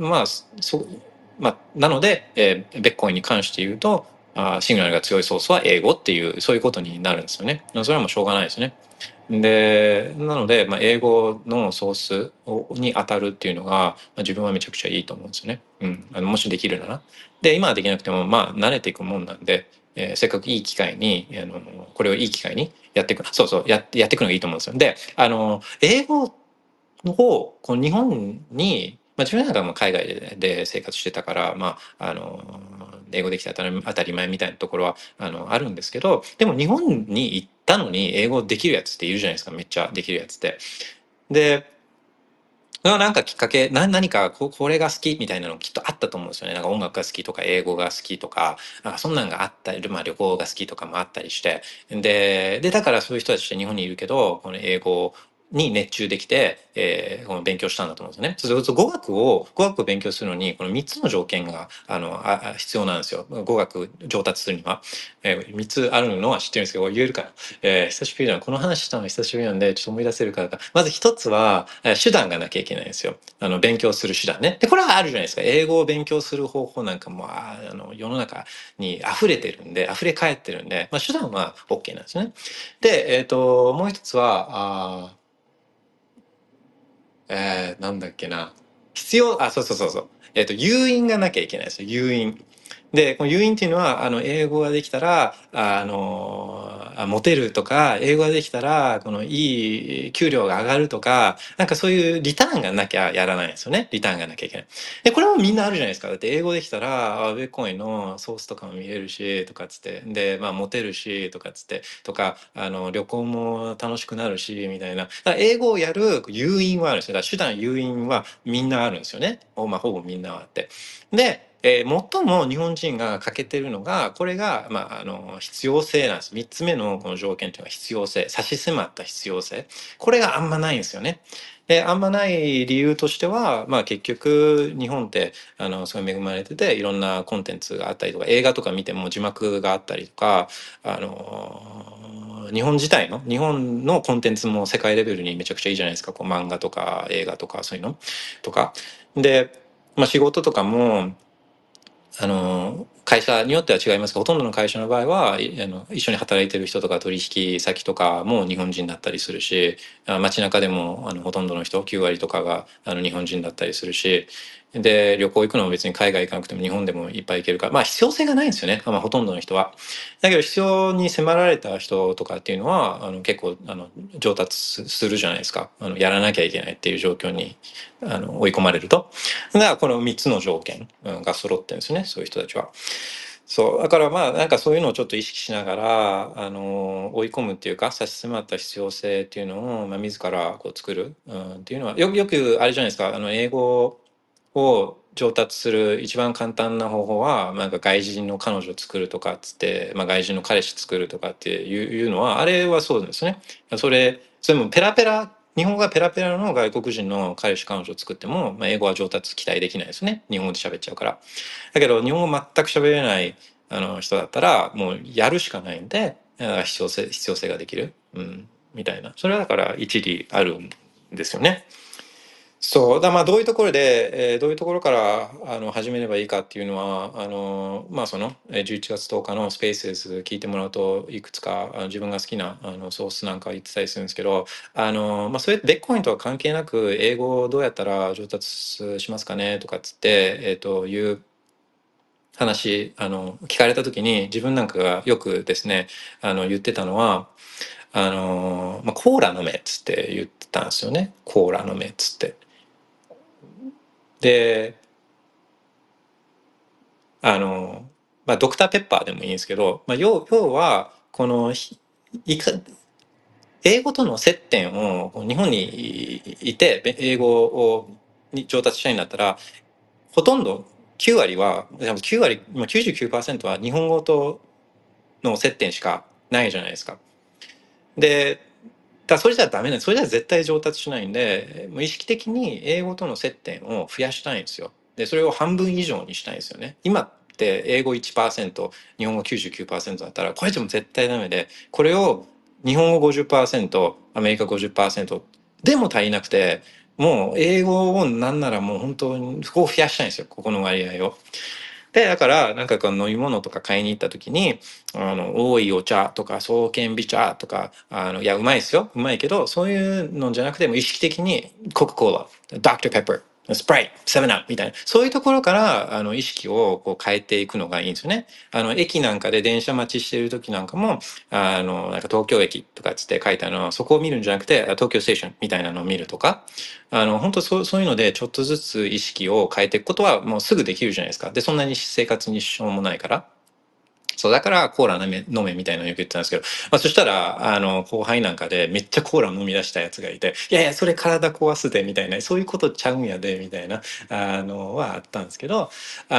なので、ベッコインに関して言うと、シグナルが強いソースは英語っていう、そういうことになるんですよね。それはもうしょうがないですね。でなので、英語のソースに当たるっていうのが、自分はめちゃくちゃいいと思うんですよね。もしできるなら。で今はできなくても慣れていくもんなんで、せっかくいい機会にこれをいい機会にやっていくやっていくのがいいと思うんですよ。で英語をこの日本に、自分なんかも海外で生活してたから、英語できて当たり前みたいなところはあるんですけど、でも日本に行ったのに英語できるやつっているじゃないですか。めっちゃできるやつって。でなんかきっかけ何かこれが好きみたいなのきっとあったと思うんですよね。なんか音楽が好きとか英語が好きとか、そんなんがあったり、旅行が好きとかもあったりして、でだからそういう人たちって日本にいるけど、この英語に熱中できて、この勉強したんだと思うんですよね。そうすると語学を勉強するのにこの3つの条件が必要なんですよ。語学上達するには、3つあるのは知ってるんですけど、言えるかな。久しぶりだな。この話したのが久しぶりなんでちょっと思い出せるか。まず一つは手段がなきゃいけないんですよ。勉強する手段ね。でこれはあるじゃないですか。英語を勉強する方法なんかも世の中に溢れてるんで、溢れ返ってるんで、手段は OK なんですね。でもう一つはなんだっけな。そう。誘引がなきゃいけないですよ。誘引。で、この誘引っていうのは、英語ができたら、モテるとか、英語ができたら、いい給料が上がるとか、なんかそういうリターンがなきゃやらないんですよね。リターンがなきゃいけない。で、これもみんなあるじゃないですか。だって英語できたら、ベッコインのソースとかも見れるし、とかっつって。で、モテるし、とかっつって。とか、旅行も楽しくなるし、みたいな。だから英語をやる誘引はあるんですよ。だから手段、誘引はみんなあるんですよね。ほぼみんなあって。で、最も日本人が欠けてるのが、これが、必要性なんです。3つ目のこの条件というのは必要性。差し迫った必要性。これがあんまないんですよね。で、あんまない理由としては、結局、日本って、すごい恵まれてて、いろんなコンテンツがあったりとか、映画とか見ても字幕があったりとか、日本のコンテンツも世界レベルにめちゃくちゃいいじゃないですか。こう漫画とか映画とかそういうのとか。で、仕事とかも、会社によっては違いますが、ほとんどの会社の場合は一緒に働いてる人とか取引先とかも日本人だったりするし、街中でもほとんどの人9割とかが日本人だったりするし、で旅行行くのも別に海外行かなくても日本でもいっぱい行けるから、必要性がないんですよね、ほとんどの人は。だけど必要に迫られた人とかっていうのは結構上達するじゃないですか。やらなきゃいけないっていう状況に追い込まれると。だからこの3つの条件が揃ってるんですね、そういう人たちは。そうだからなんかそういうのをちょっと意識しながら追い込むっていうか、差し迫った必要性っていうのを、自らこう作る、っていうのはよくあれじゃないですか。英語を上達する一番簡単な方法はなんか外人の彼女を作るとかっつって、外人の彼氏作るとかっていうのは、あれはそうですね。それもペラペラ、日本語がペラペラの外国人の彼氏彼女を作っても、英語は上達期待できないですね。日本語で喋っちゃうから。だけど日本語全く喋れない人だったらもうやるしかないんで、必要性ができる、みたいな。それはだから一理あるんですよね。そうだ、どういうところで、どういうところから始めればいいかっていうのはその11月10日のスペース聞いてもらうといくつか自分が好きなソースなんか言ってたりするんですけど、そうやってベッコインとは関係なく英語をどうやったら上達しますかねとかっつっていう話聞かれた時に、自分なんかがよくですね言ってたのはコーラ飲めっつって言ってたんですよね。コーラ飲めっつって。 でドクターペッパーでもいいんですけど、要はこの英語との接点を日本にいて英語を上達したいんだったら、ほとんど9割は9割、99% は日本語との接点しかないじゃないですか。でそれじゃダメなんです。それじゃ絶対上達しないんで、もう意識的に英語との接点を増やしたいんですよ。でそれを半分以上にしたいんですよね。今って英語 1%、日本語 99% だったらこれじゃも絶対ダメで、これを日本語 50%、アメリカ 50% でも足りなくて、もう英語をなんならもう本当にここを増やしたいんですよ、ここの割合を。でだからなんかこの飲み物とか買いに行った時に多いお茶とか爽健美茶とかいやうまいですよ、うまいけどそういうのじゃなくても意識的にコカ・コーラ、ドクターペッパー、スプライト、セブンアップみたいな、そういうところから意識をこう変えていくのがいいんですよね。駅なんかで電車待ちしてる時なんかもなんか東京駅とかつって書いてあるのそこを見るんじゃなくて東京ステーションみたいなのを見るとか、本当そういうのでちょっとずつ意識を変えていくことはもうすぐできるじゃないですか。でそんなに生活に支障もないから。そうだからコーラ飲めみたいなのよく言ってたんですけど、そしたら後輩なんかでめっちゃコーラ飲み出したやつがいて、いやいやそれ体壊すでみたいな、そういうことちゃうんやでみたいなはあったんですけど、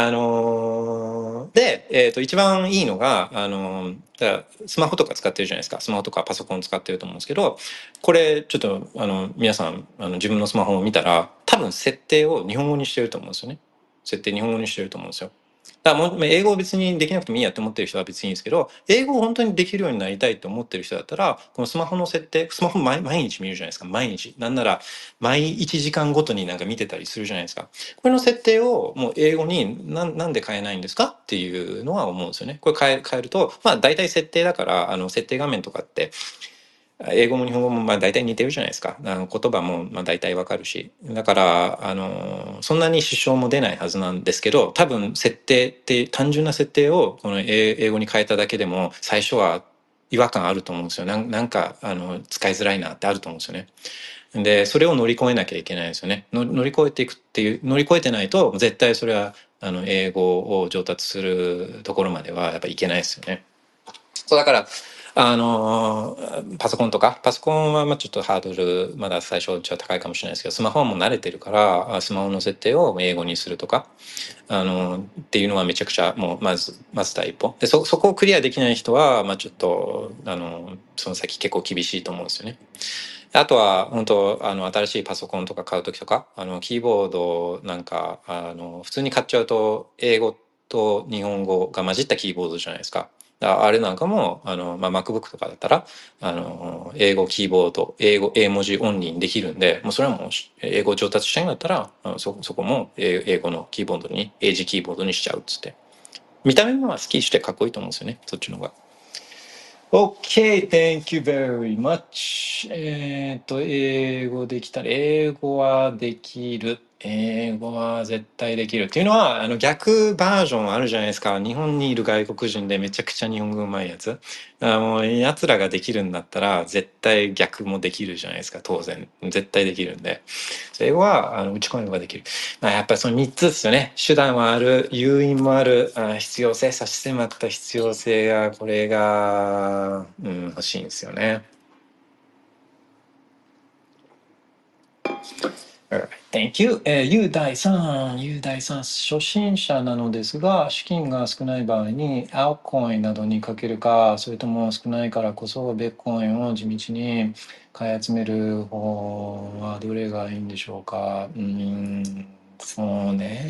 で、一番いいのがだからスマホとか使ってるじゃないですか。スマホとかパソコン使ってると思うんですけど、これちょっと皆さん自分のスマホを見たら多分設定を日本語にしてると思うんですよね。設定日本語にしてると思うんですよ。だからもう英語を別にできなくてもいいやって思ってる人は別にいいんですけど、英語を本当にできるようになりたいと思ってる人だったら、このスマホの設定、スマホ毎日見るじゃないですか。毎日。なんなら毎1時間ごとになんか見てたりするじゃないですか。これの設定をもう英語になんで変えないんですかっていうのは思うんですよね。これ変えると、大体設定だから、設定画面とかって英語も日本語も大体似てるじゃないですか。言葉も大体わかるし。だから、そんなに支障も出ないはずなんですけど、多分設定って単純な設定をこの英語に変えただけでも最初は違和感あると思うんですよ。なんか使いづらいなってあると思うんですよね。で、それを乗り越えなきゃいけないですよね。乗り越えていくっていう、乗り越えてないと絶対それは英語を上達するところまではやっぱいけないですよね。そうだからパソコンはちょっとハードルまだ最初じゃ高いかもしれないですけど、スマホはもう慣れてるからスマホの設定を英語にするとかっていうのはめちゃくちゃもうまず第一歩で、そこをクリアできない人はちょっとその先結構厳しいと思うんですよね。あとは本当新しいパソコンとか買う時とかキーボードなんか普通に買っちゃうと英語と日本語が混じったキーボードじゃないですか。あれなんかもMacBook とかだったら英語キーボード英文字オンリーにできるんで、もうそれはもう英語上達したいんだったらそこも英語のキーボードに英字キーボードにしちゃうっつって、見た目も好きしてかっこいいと思うんですよね、そっちの方が。Okay, thank you very much. 英語できたら、英語はできる。英語は絶対できる。っていうのは、逆バージョンあるじゃないですか。日本にいる外国人でめちゃくちゃ日本語うまいやつ。もう、奴らができるんだったら、絶対逆もできるじゃないですか、当然。絶対できるんで。英語は、打ち込めばできる。やっぱりその3つですよね。手段はある、誘因もある、必要性、差し迫った必要性が、これが、欲しいんですよね。Thank you. 雄大さん、初心者なのですが、資金が少ない場合に、アルコインなどにかけるか、それとも少ないからこそ、ベッコインを地道に買い集める方はどれがいいんでしょうか。そうね。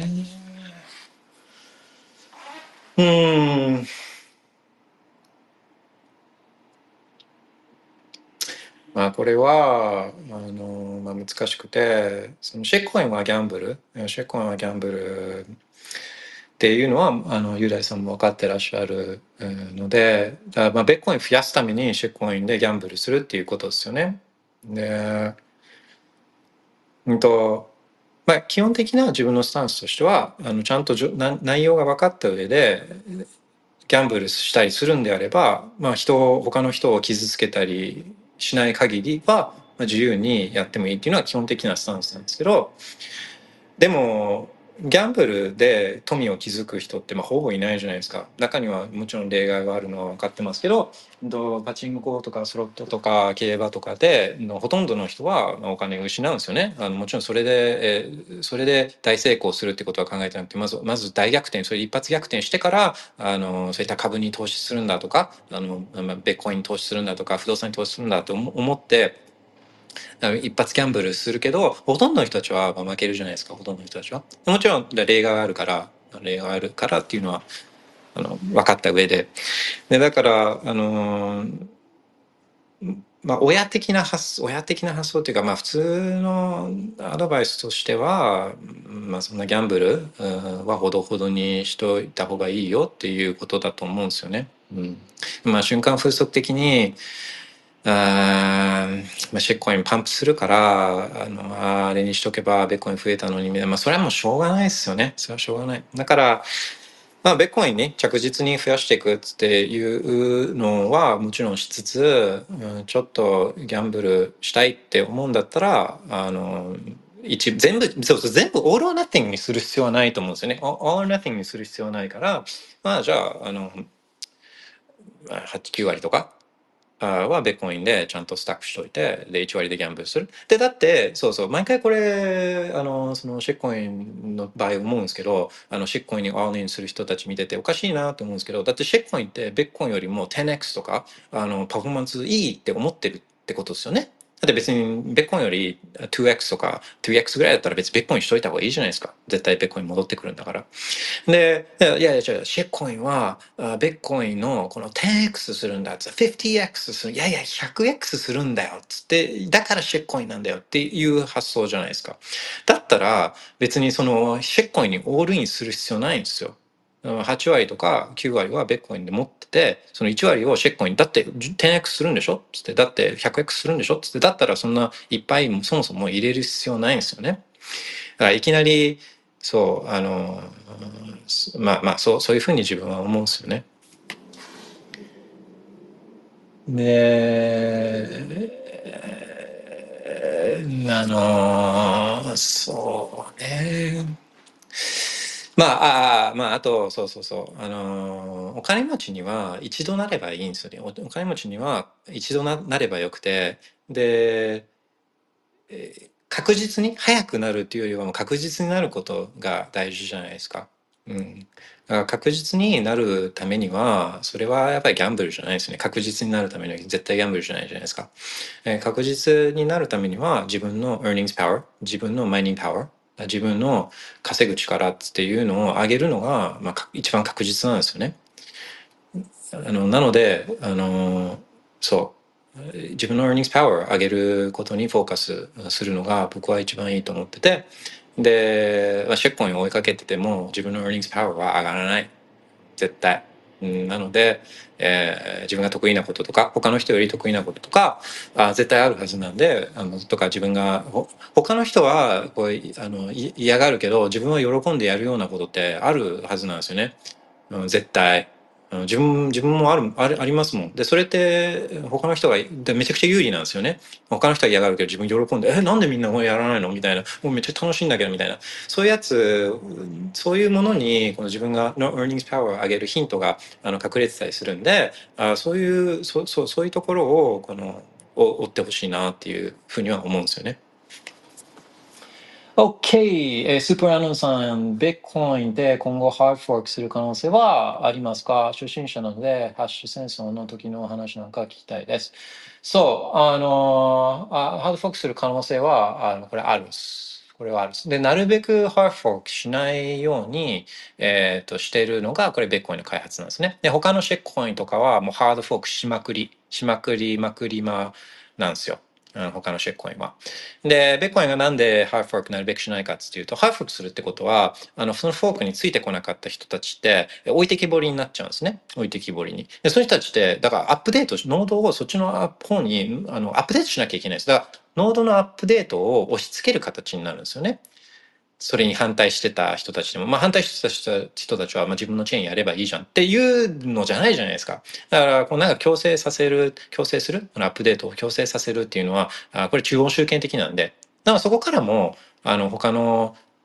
これは難しくて、そのシェッコインはギャンブルっていうのは雄大さんも分かってらっしゃるので、ベッコイン増やすためにシェッコインでギャンブルするっていうことですよね。で、基本的な自分のスタンスとしてはちゃんと内容が分かった上でギャンブルしたりするんであれば、他の人を傷つけたりしない限りは自由にやってもいいっていうのは基本的なスタンスなんですけど、 でもギャンブルで富を築く人ってほぼいないじゃないですか。中にはもちろん例外があるのは分かってますけど、パチンコとかスロットとか競馬とかでほとんどの人はお金を失うんですよね。もちろんそれで大成功するってことは考えてなくて、まず大逆転、それ一発逆転してからそういった株に投資するんだとかベッコインに投資するんだとか不動産に投資するんだと思って一発ギャンブルするけど、ほとんどの人たちは負けるじゃないですか。ほとんどの人たちはもちろん例外があるからっていうのは分かった上で、だから親的な発想というか、普通のアドバイスとしては、そんなギャンブルはほどほどにしといた方がいいよっていうことだと思うんですよね。瞬間風速的にシェッコインパンプするからあれにしとけばベッコイン増えたのに、それはもうしょうがないですよね。それはしょうがない。だからベッコインに着実に増やしていくっていうのはもちろんしつつ、ちょっとギャンブルしたいって思うんだったら全部オールオアナッティングにする必要はないと思うんですよね。オールオアナッティングにする必要はないから、じゃあ8、9割とかはベッコインでちゃんとスタックしといて、で1割でギャンブルする。でだって毎回これそのシェッコインの場合思うんですけど、シェッコインにオールインする人たち見てておかしいなと思うんですけど、だってシェッコインってベッコインよりも 10x とかパフォーマンスいいって思ってるってことですよね。だって別にベッコインより 2x とか 3x ぐらいだったら別にベッコインしといた方がいいじゃないですか。絶対ベッコイン戻ってくるんだから。で、いやいや、シェッコインは、ベッコインのこの 10x するんだっつって、50x する、いやいや、100x するんだよっつって、だからシェッコインなんだよっていう発想じゃないですか。だったら、別にそのシェッコインにオールインする必要ないんですよ。8割とか9割はベッコインで持ってて、その1割をシェッコイン、だって 10x するんでしょつって、だって 100x するんでしょつって、だったらそんないっぱいそもそも入れる必要ないんですよね。だからいきなり、そうそういうふうに自分は思うんですよね。でそうね。あとお金持ちには一度なればいいんですよね。お金持ちには一度なればよくて、で確実に早くなるっていうよりはもう確実になることが大事じゃないですか。だから確実になるためにはそれはやっぱりギャンブルじゃないですね。確実になるためには絶対ギャンブルじゃないじゃないですか。確実になるためには自分の earnings power、 自分の mining power、自分の稼ぐ力っていうのを上げるのが、一番確実なんですよね。なので自分の earnings power を上げることにフォーカスするのが僕は一番いいと思ってて、で、シェッコインを追いかけてても自分の earnings power は上がらない絶対。なので、自分が得意なこととか他の人より得意なこととか絶対あるはずなんで、とか自分が他の人はこう嫌がるけど自分は喜んでやるようなことってあるはずなんですよね。絶対。自分もありますもん。でそれって他の人がめちゃくちゃ有利なんですよね。他の人は嫌がるけど自分喜んでなんでみんなやらないのみたいな、もうめっちゃ楽しいんだけどみたいな、そういうやつ、そういうものにこの自分がの earnings power を上げるヒントが隠れてたりするんで、そういうところを追ってほしいなっていうふうには思うんですよね。OK、スーパーアノンさん、ビットコインで今後ハードフォークする可能性はありますか？初心者なので、ハッシュ戦争の時の話なんか聞きたいです。そう、ハードフォークする可能性は、これあるんです。これはあるんです。で、なるべくハードフォークしないように、しているのが、これビットコインの開発なんですね。で、他のシェックコインとかはもうハードフォークしまくりなんですよ。他のシェックコインは。で、ベッコインがなんでハーフォークなるべくしないかっていうと、ハーフォークするってことは、そのフォークについてこなかった人たちって、置いてきぼりになっちゃうんですね。置いてきぼりに。で、そういう人たちって、だからアップデート、ノードをそっちの方に、アップデートしなきゃいけないです。だから、ノードのアップデートを押し付ける形になるんですよね。それに反対してた人たちでも、反対してた人たちは、自分のチェーンやればいいじゃんっていうのじゃないじゃないですか。だから、なんか強制する、アップデートを強制させるっていうのは、これ中央集権的なんで、だからそこからも、他の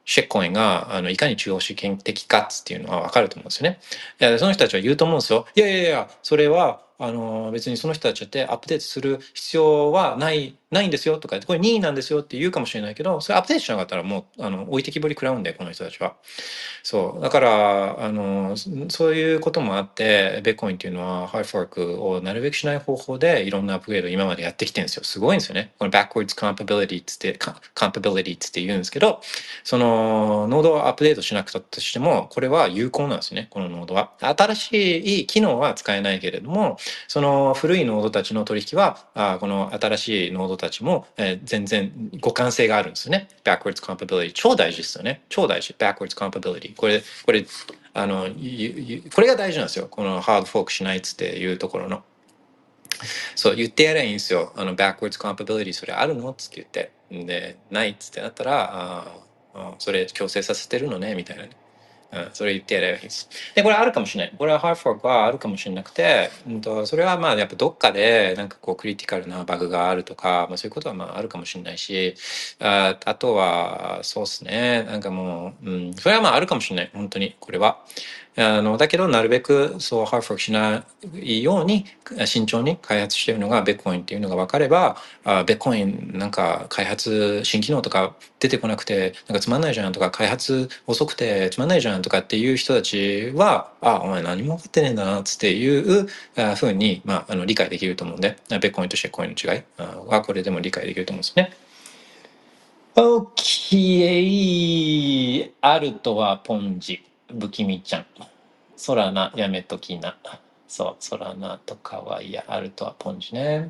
シェッコインがいかに中央集権的かっていうのは分かると思うんですよね。いやその人たちは言うと思うんですよ。いやいやいや、それは別にその人たちってアップデートする必要はないんですよとか、これ任意なんですよって言うかもしれないけど、それアップデートしなかったらもう置いてきぼり食らうんで、この人たちは。そうだからそういうこともあって、ベッコインっていうのはハードフォークをなるべくしない方法でいろんなアップグレードを今までやってきてるんですよ。すごいんですよね。この backwards compatibility って言うんですけど、そのノードをアップデートしなくたとしても、これは有効なんですね。このノードは新しい機能は使えないけれども、その古いノードたちの取引はこの新しいノードたちも、全然互換性があるんですよね。backwards compatibility 超大事ですよね。超大事。backwards compatibility これこれが大事なんですよ。このハードフォークしないっつっていうところの。そう言ってやればいいんですよ。backwards compatibility それあるのっつって言って。で、ないっつってなったら、それ強制させてるのねみたいなね。それ言ってやればいいです。で、これあるかもしれない。これはハードフォークはあるかもしれなくて、それはまあやっぱどっかでなんかこうクリティカルなバグがあるとか、そういうことはまああるかもしれないし、あとはそうですね。なんかもう、それはまああるかもしれない。本当にこれは。だけどなるべくそうハードフォークしないように慎重に開発しているのがベッコインっていうのが分かれば、ベッコインなんか開発新機能とか出てこなくてなんかつまんないじゃんとか、開発遅くてつまんないじゃんとかっていう人たちは、お前何も分かってねえんだなっつっていうふうに、理解できると思うんで、ベッコインとシェッコインの違いはこれでも理解できると思うんですね。OK。アルトはポンジ。不気味ちゃん。ソラナやめときな。そう、ソラナとかはいや、アルトはポンジね。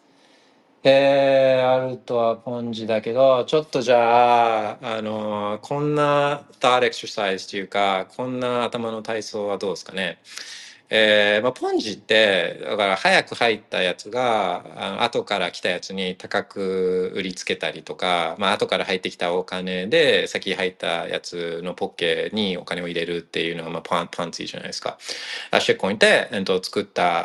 アルトはポンジだけど、ちょっとじゃあ、こんなthought exerciseっていうか、こんな頭の体操はどうですかね。ポンジってだから早く入ったやつが後から来たやつに高く売りつけたりとか、後から入ってきたお金で先入ったやつのポッケにお金を入れるっていうのが、パンツィじゃないですか。シェッコインって、作った、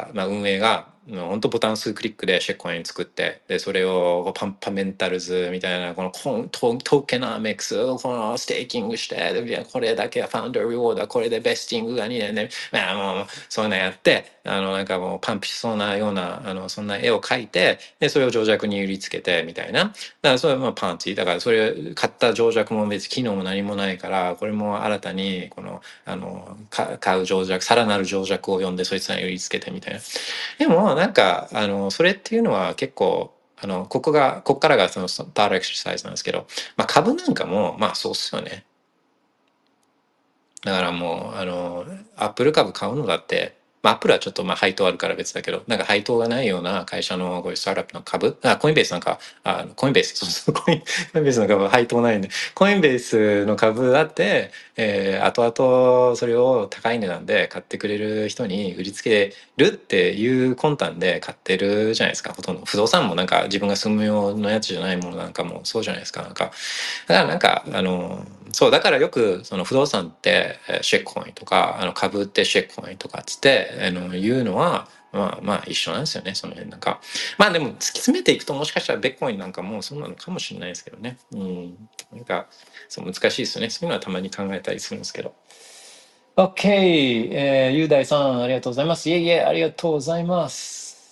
運営が本当ボタン数クリックでシェッコイン作って、でそれをパンパメンタルズみたいなこのトーケナミクスをこのステーキングして、でこれだけファウンダーリウォードこれでベスティングが2年で、もうそういうのやってなんかもうパンプしそうなようなそんな絵を描いて、でそれを情弱に売りつけてみたいな。だからそれはパンチだから、それ買った情弱も別に機能も何もないから、これも新たにこの買う情弱、さらなる情弱を読んでそいつらに売りつけてみたいな。でもなんかそれっていうのは結構ここからがそのダールエクササイズなんですけど、株なんかもそうっすよね。だからもうアップル株買うのだって、アップルはちょっと配当あるから別だけど、なんか配当がないような会社のこういうスタートアップの株、コインベースなんかコインベースコインベースの株は配当ないんで、コインベースの株あって、後々それを高い値段で買ってくれる人に売りつけるっていう魂胆で買ってるじゃないですか。ほとんど不動産もなんか自分が住む用のやつじゃないものなんかもそうじゃないですか。なんかだからなんかそうだからよくその不動産ってシェッコインとか株ってシェッコインとかつって言うのは一緒なんですよね。その辺なんかでも突き詰めていくともしかしたらベッコインなんかもそうなのかもしれないですけどね。なんかそう難しいですよね。そういうのはたまに考えたりするんですけど。OK、雄大さんありがとうございます。いえいえありがとうございます。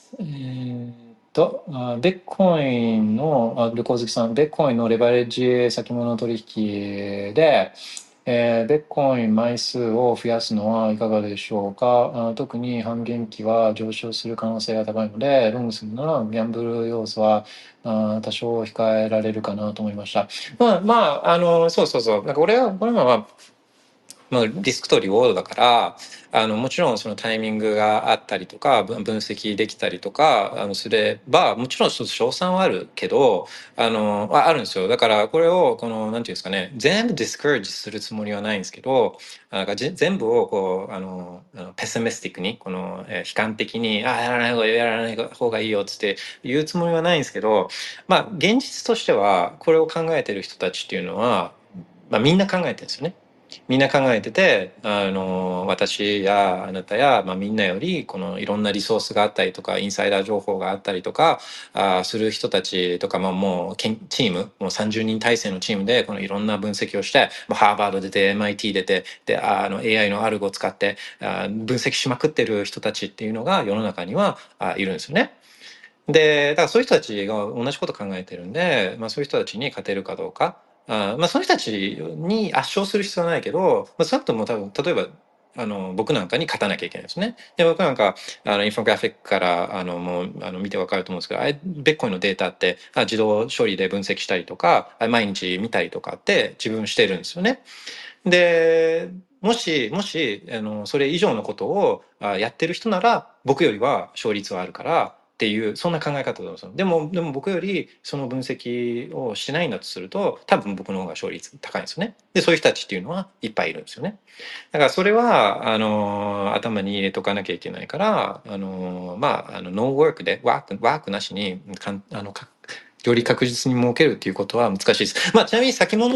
ベッコインの旅行好きさん、ベッコインのレバレッジ先物取引で、ベッコイン枚数を増やすのはいかがでしょうか。特に半減期は上昇する可能性が高いので、ロングするならギャンブル要素は多少控えられるかなと思いました。そうそうそう。なんかこれはリスクとリウォードだからもちろんそのタイミングがあったりとか分析できたりとかすればもちろん勝算はあるけどあるんですよ。だからこれをこのなんていうんですかね、全部ディスカレッジするつもりはないんですけど、なんか全部をこうペシミスティックにこの悲観的にやらない方がいいよっつって言うつもりはないんですけど、現実としてはこれを考えてる人たちっていうのは、みんな考えてるんですよね。 みんな考えてて、私やあなたや、みんなよりこのいろんなリソースがあったりとかインサイダー情報があったりとかする人たちとか、もうチームもう30人体制のチームでこのいろんな分析をしてハーバード出て MIT 出てでAI のアルゴを使って分析しまくってる人たちっていうのが世の中にはいるんですよね。でだからそういう人たちが同じこと考えてるんで、そういう人たちに勝てるかどうかその人たちに圧勝する必要はないけど、その後も多分例えば僕なんかに勝たなきゃいけないですね。で僕なんかインフォグラフィックからもう見てわかると思うんですけどベッコインのデータって自動処理で分析したりとか毎日見たりとかって自分してるんですよね。でもしそれ以上のことをやってる人なら僕よりは勝率はあるからっていうそんな考え方だと思うんですよ。でも僕よりその分析をしてないんだとすると多分僕の方が勝率高いんですよね。でそういう人たちっていうのはいっぱいいるんですよね。だからそれは頭に入れとかなきゃいけないからノーワークでワークなしにより確実に儲けるっていうことは難しいです。ちなみに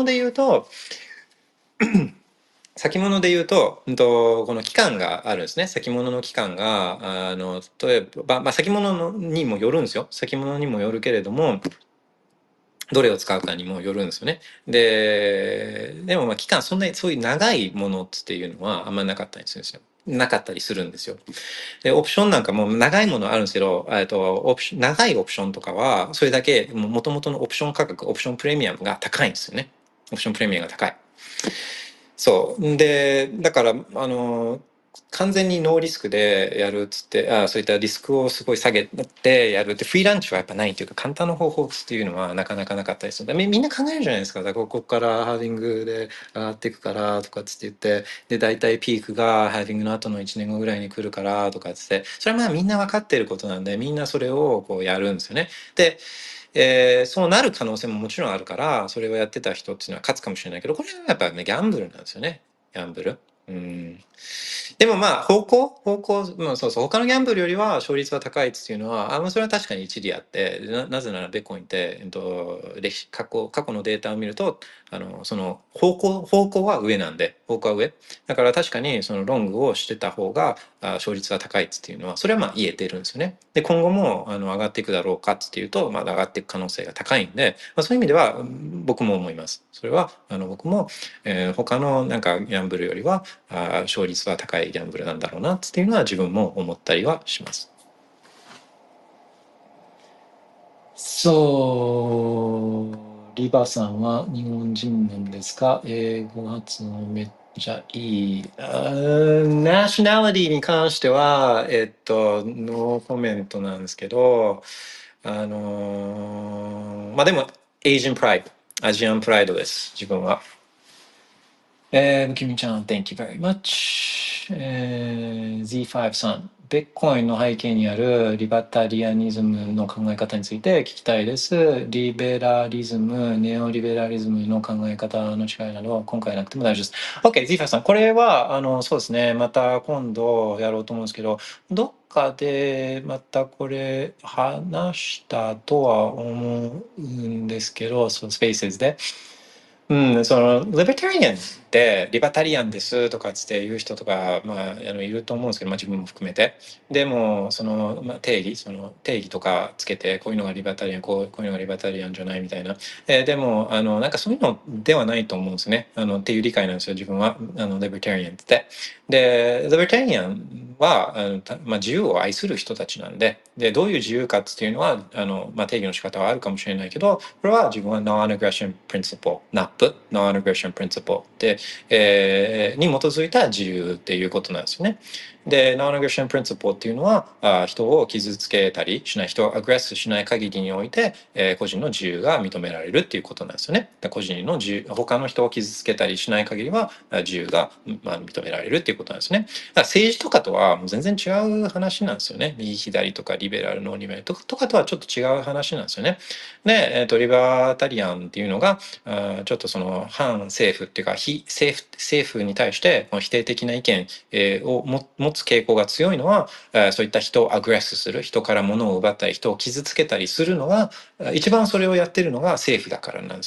先物で言うと、この期間があるんですね。先物の期間が、例えば、先物にもよるんですよ。先物にもよるけれども、どれを使うかにもよるんですよね。でも期間そういう長いものっていうのはあんまなかったりするんですよ。なかったりするんですよ。で、オプションなんかも長いものあるんですけど、長いオプションとかは、それだけ元々のオプション価格、オプションプレミアムが高いんですよね。オプションプレミアムが高い。そうでだから完全にノーリスクでやるっつってそういったリスクをすごい下げてやるってフリーランチはやっぱないっていうか簡単な方法っていうのはなかなかなかったりする。みんな考えるじゃないですか。だからここからハービングで上がっていくからとかっつって言ってで大体ピークがハービングの後の1年後ぐらいに来るからとかっつってそれはみんな分かってることなんでみんなそれをこうやるんですよね。でそうなる可能性ももちろんあるからそれをやってた人っていうのは勝つかもしれないけどこれはやっぱねギャンブルなんですよね。ギャンブル。でも方向、そうそう、他のギャンブルよりは勝率は高いっていうのは、それは確かに一理あって、なぜならベッコインって、過去のデータを見ると、その方向は上なんで、方向は上。だから確かにそのロングをしてた方が勝率は高いっていうのは、それは言えてるんですよね。で、今後も上がっていくだろうかっていうと、まだ上がっていく可能性が高いんで、そういう意味では僕も思います。それは僕も、他のなんかギャンブルよりは勝率は高いギャンブルなんだろうなっていうのは自分も思ったりはします。リバさんは日本人なんですか？英語発音めっちゃいい。ナショナリティに関しては、ノーコメントなんですけど、でも、エイジアンプライド、アジアンプライドです、自分は。キミちゃん、Thank you very much。Z5 さん、ベッコインの背景にあるリバタリアニズムの考え方について聞きたいです。リベラリズム、ネオリベラリズムの考え方の違いなどは今回なくても大丈夫です。OK、Z5 さん、これはそうですね、また今度やろうと思うんですけど、どっかでまたこれ話したとは思うんですけど、そのスペースで。そのリベタリアンってリバタリアンですとかつって言う人とか、いると思うんですけど、自分も含めてでもその、定義とかつけてこういうのがリバタリアンこういうのがリバタリアンじゃないみたいな、でもなんかそういうのではないと思うんですねっていう理解なんですよ自分はリベタリアンってでリベタリアンは自由を愛する人たちなんでどういう自由かっていうのは定義の仕方はあるかもしれないけどこれは自分は Non-Aggression Principle NAP Non-Aggression Principle で、に基づいた自由っていうことなんですよね。で Non-Aggression Principle っていうのは人を傷つけたりしない人をアグレッスしない限りにおいて、個人の自由が認められるっていうことなんですよね。個人の自由他の人を傷つけたりしない限りは自由が、認められるっていうことなんですね。だから政治とかとはもう全然違う話なんですよね。右左とかリベラルノーリベラルとかとはちょっと違う話なんですよね。で、リバタリアンっていうのがちょっとその反政府っていうか非政府に対して否定的な意見を持つ傾向が強いのはそういった人をアグレスする人から物を奪ったり人を傷つけたりするのは一番それをやってるのが政府だからなんですよね。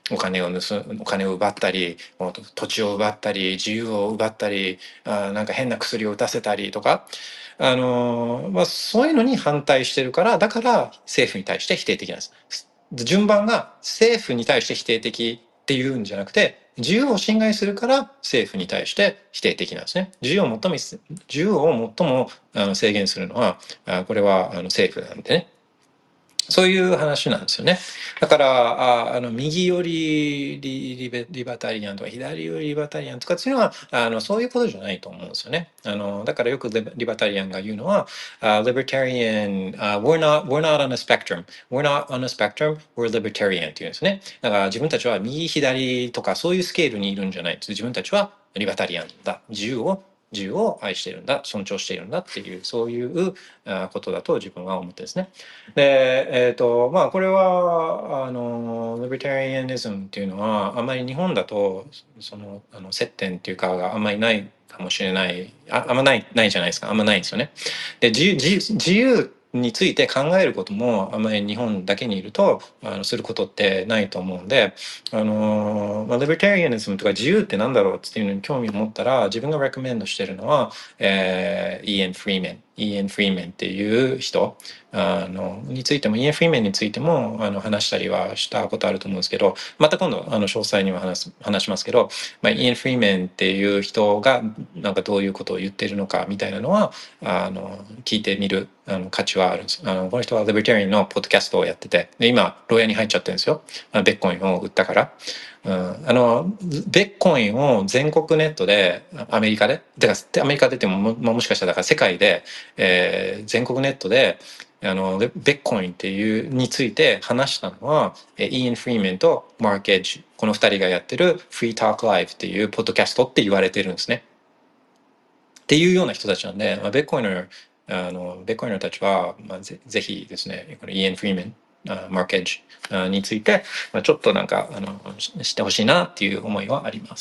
お金を奪ったり、土地を奪ったり、自由を奪ったり、なんか変な薬を打たせたりとか、そういうのに反対してるから、だから政府に対して否定的なんです。順番が政府に対して否定的っていうんじゃなくて、自由を侵害するから政府に対して否定的なんですね。自由を最も制限するのは、これは政府なんでね。そういう話なんですよね。だから右寄りリバタリアンとか左寄りリバタリアンとかっていうのはそういうことじゃないと思うんですよね。だからよくリバタリアンが言うのは、libertarian, we're not on a spectrum. We're not on a spectrum, we're libertarian っていうんですね。だから自分たちは右左とかそういうスケールにいるんじゃない。自分たちはリバタリアンだ。自由を愛しているんだ、尊重しているんだっていう、そういうことだと自分は思ってですね。で、これはリベタリアニズムっていうのはあんまり日本だと接点っていうかがあんまりないかもしれない、あんまないじゃないですか。あんまないんですよね。で、自由について考えることもあんまり日本だけにいるとすることってないと思うんで、リベタリアニズムとか自由ってなんだろうっていうのに興味を持ったら、自分がレコメンドしてるのは、イーエン・フリーメンっていう人についても、イーエン・フリーメンについても話したりはしたことあると思うんですけど、また今度詳細には話しますけど、イーエン・フリーメンっていう人がなんかどういうことを言っているのかみたいなのは聞いてみる価値はあるんです。この人はリベタリアンのポッドキャストをやってて、で今牢屋に入っちゃってるんですよ。ベッコインを売ったから。ベッコインを全国ネットでアメリカでアメリカでってもしかしたらだから世界で、全国ネットでベッコインっていうについて話したのはイーエン・フリーメンとマーク・エッジ、この2人がやってるフリートークライブっていうポッドキャストって言われてるんですね。っていうような人たちなんで、ベッコインのたちは、ぜひですね、このイーエン・フリーメン、マーク・エッジについて、ちょっとなんかしてほしいなっていう思いはあります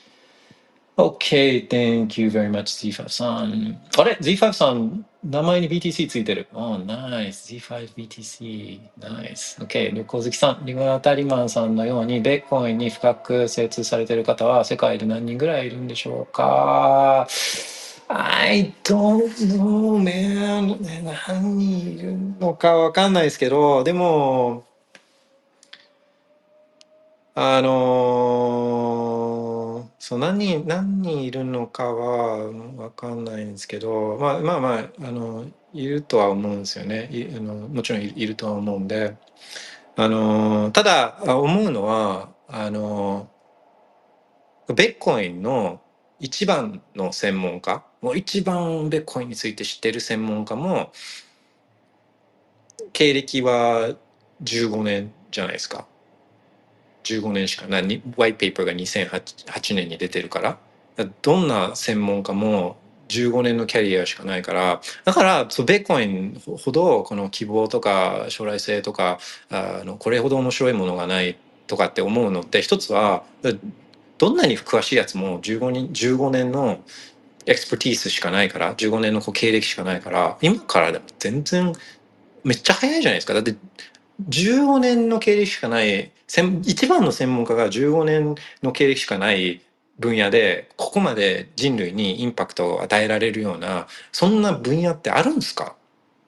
。Okay, thank you very much, Z5 さん。あれ ?Z5 さん、名前に BTC ついてる。Oh, nice. Z5BTC. Nice. Okay, 旅行好きさん。リバタリマンさんのように、ベッコインに深く精通されている方は世界で何人ぐらいいるんでしょうか？ I don't know, man. 何人いるのかわかんないですけど、でも、そう何人いるのかは分かんないんですけど、いるとは思うんですよね。もちろんいるとは思うんで、ただ思うのはベッコインの一番の専門家、もう一番ベッコインについて知ってる専門家も経歴は15年じゃないですか。15年しかない。ワイペーパーが2008年に出てるから。どんな専門家も15年のキャリアしかないから。だから、ベッコインほどこの希望とか将来性とか、これほど面白いものがないとかって思うのって、一つは、どんなに詳しいやつも15年のエクスペティースしかないから、15年の経歴しかないから、今からでも全然めっちゃ早いじゃないですか。だって15年の経歴しかない、一番の専門家が15年の経歴しかない分野で、ここまで人類にインパクトを与えられるような、そんな分野ってあるんですか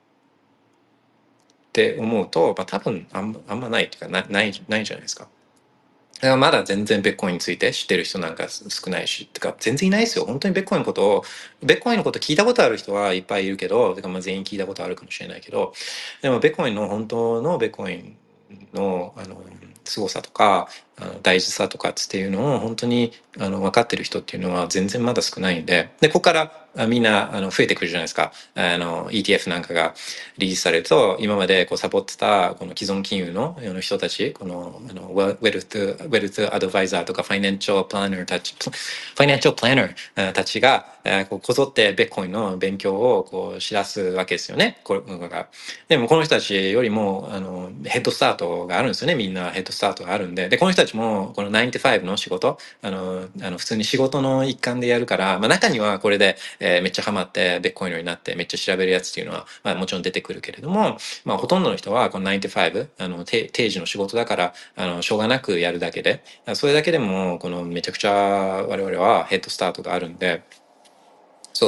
って思うと、多分あんまないっていうかないじゃないですか。だからまだ全然ベッコインについて知ってる人なんか少ないし、てか全然いないですよ。本当にベッコインのこと聞いたことある人はいっぱいいるけど、全員聞いたことあるかもしれないけど、でもベッコインの本当のベッコインの凄さとか大事さとかっていうのを本当に分かってる人っていうのは全然まだ少ないんで、ここからみんな増えてくるじゃないですか。ETF なんかがリリースされると、今までサポってたこの既存金融の人たち、このウェルスアドバイザーとかファイナンシャルプランナーたちがこぞってベッコインの勉強をしだすわけですよね。でもこの人たちよりもヘッドスタートがあるんですよね。みんなヘッドスタートがあるんで、この人た人たちもこの9 to 5の仕事、普通に仕事の一環でやるから、まあ中にはこれで、めっちゃハマってベッコインになってめっちゃ調べるやつっていうのは、まあもちろん出てくるけれども、まあほとんどの人はこの9 to 5、定時の仕事だから、しょうがなくやるだけで、それだけでも、このめちゃくちゃ我々はヘッドスタートがあるんで、そう、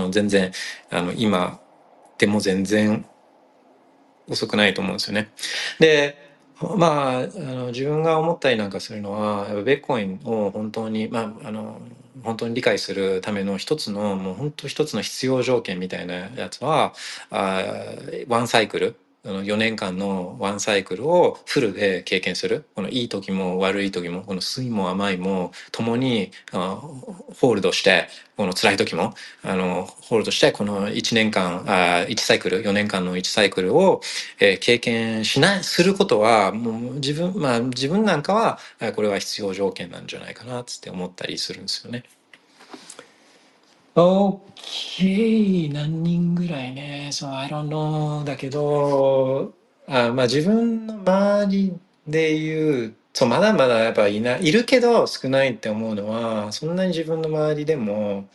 全然、今でも全然遅くないと思うんですよね。で、まあ、自分が思ったりなんかするのは、ベッコインを本当に、本当に理解するための一つの、もう本当一つの必要条件みたいなやつは、ワンサイクル。4年間のワンサイクルをフルで経験する。このいい時も悪い時も、この酸いも甘いも共にホールドして、この辛い時もホールドして、この1年間、1サイクル、4年間の1サイクルを、経験することは、もう自分なんかは、これは必要条件なんじゃないかな、つって思ったりするんですよね。OK、何人ぐらいね。そう、I don't know だけど、自分の周りで言う、そう、まだまだやっぱいるけど少ないって思うのは、そんなに自分の周りでも、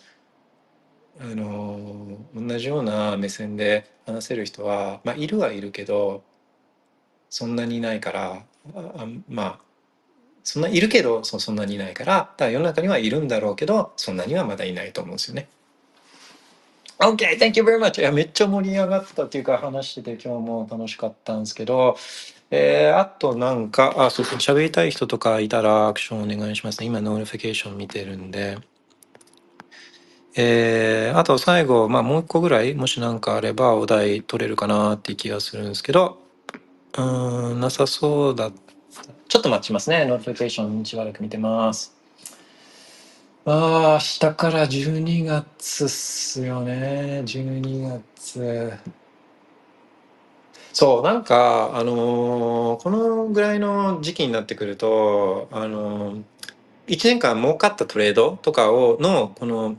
同じような目線で話せる人は、いるはいるけど、そんなにいないから、そんないるけど、そんなにいないから、だから世の中にはいるんだろうけど、そんなにはまだいないと思うんですよね。OK, thank you very much. いや、めっちゃ盛り上がったっていうか話してて今日も楽しかったんですけど、あとなんか、そうそう、喋りたい人とかいたらアクションお願いしますね。今、ノーリフィケーション見てるんで。あと最後、もう一個ぐらい、もしなんかあればお題取れるかなっていう気がするんですけど、なさそうだ。ちょっと待ちますね。ノーリフィケーションしばらく見てます。明日から12月っすよね。12月。そう、なんか、このぐらいの時期になってくると、1年間儲かったトレードとかこの、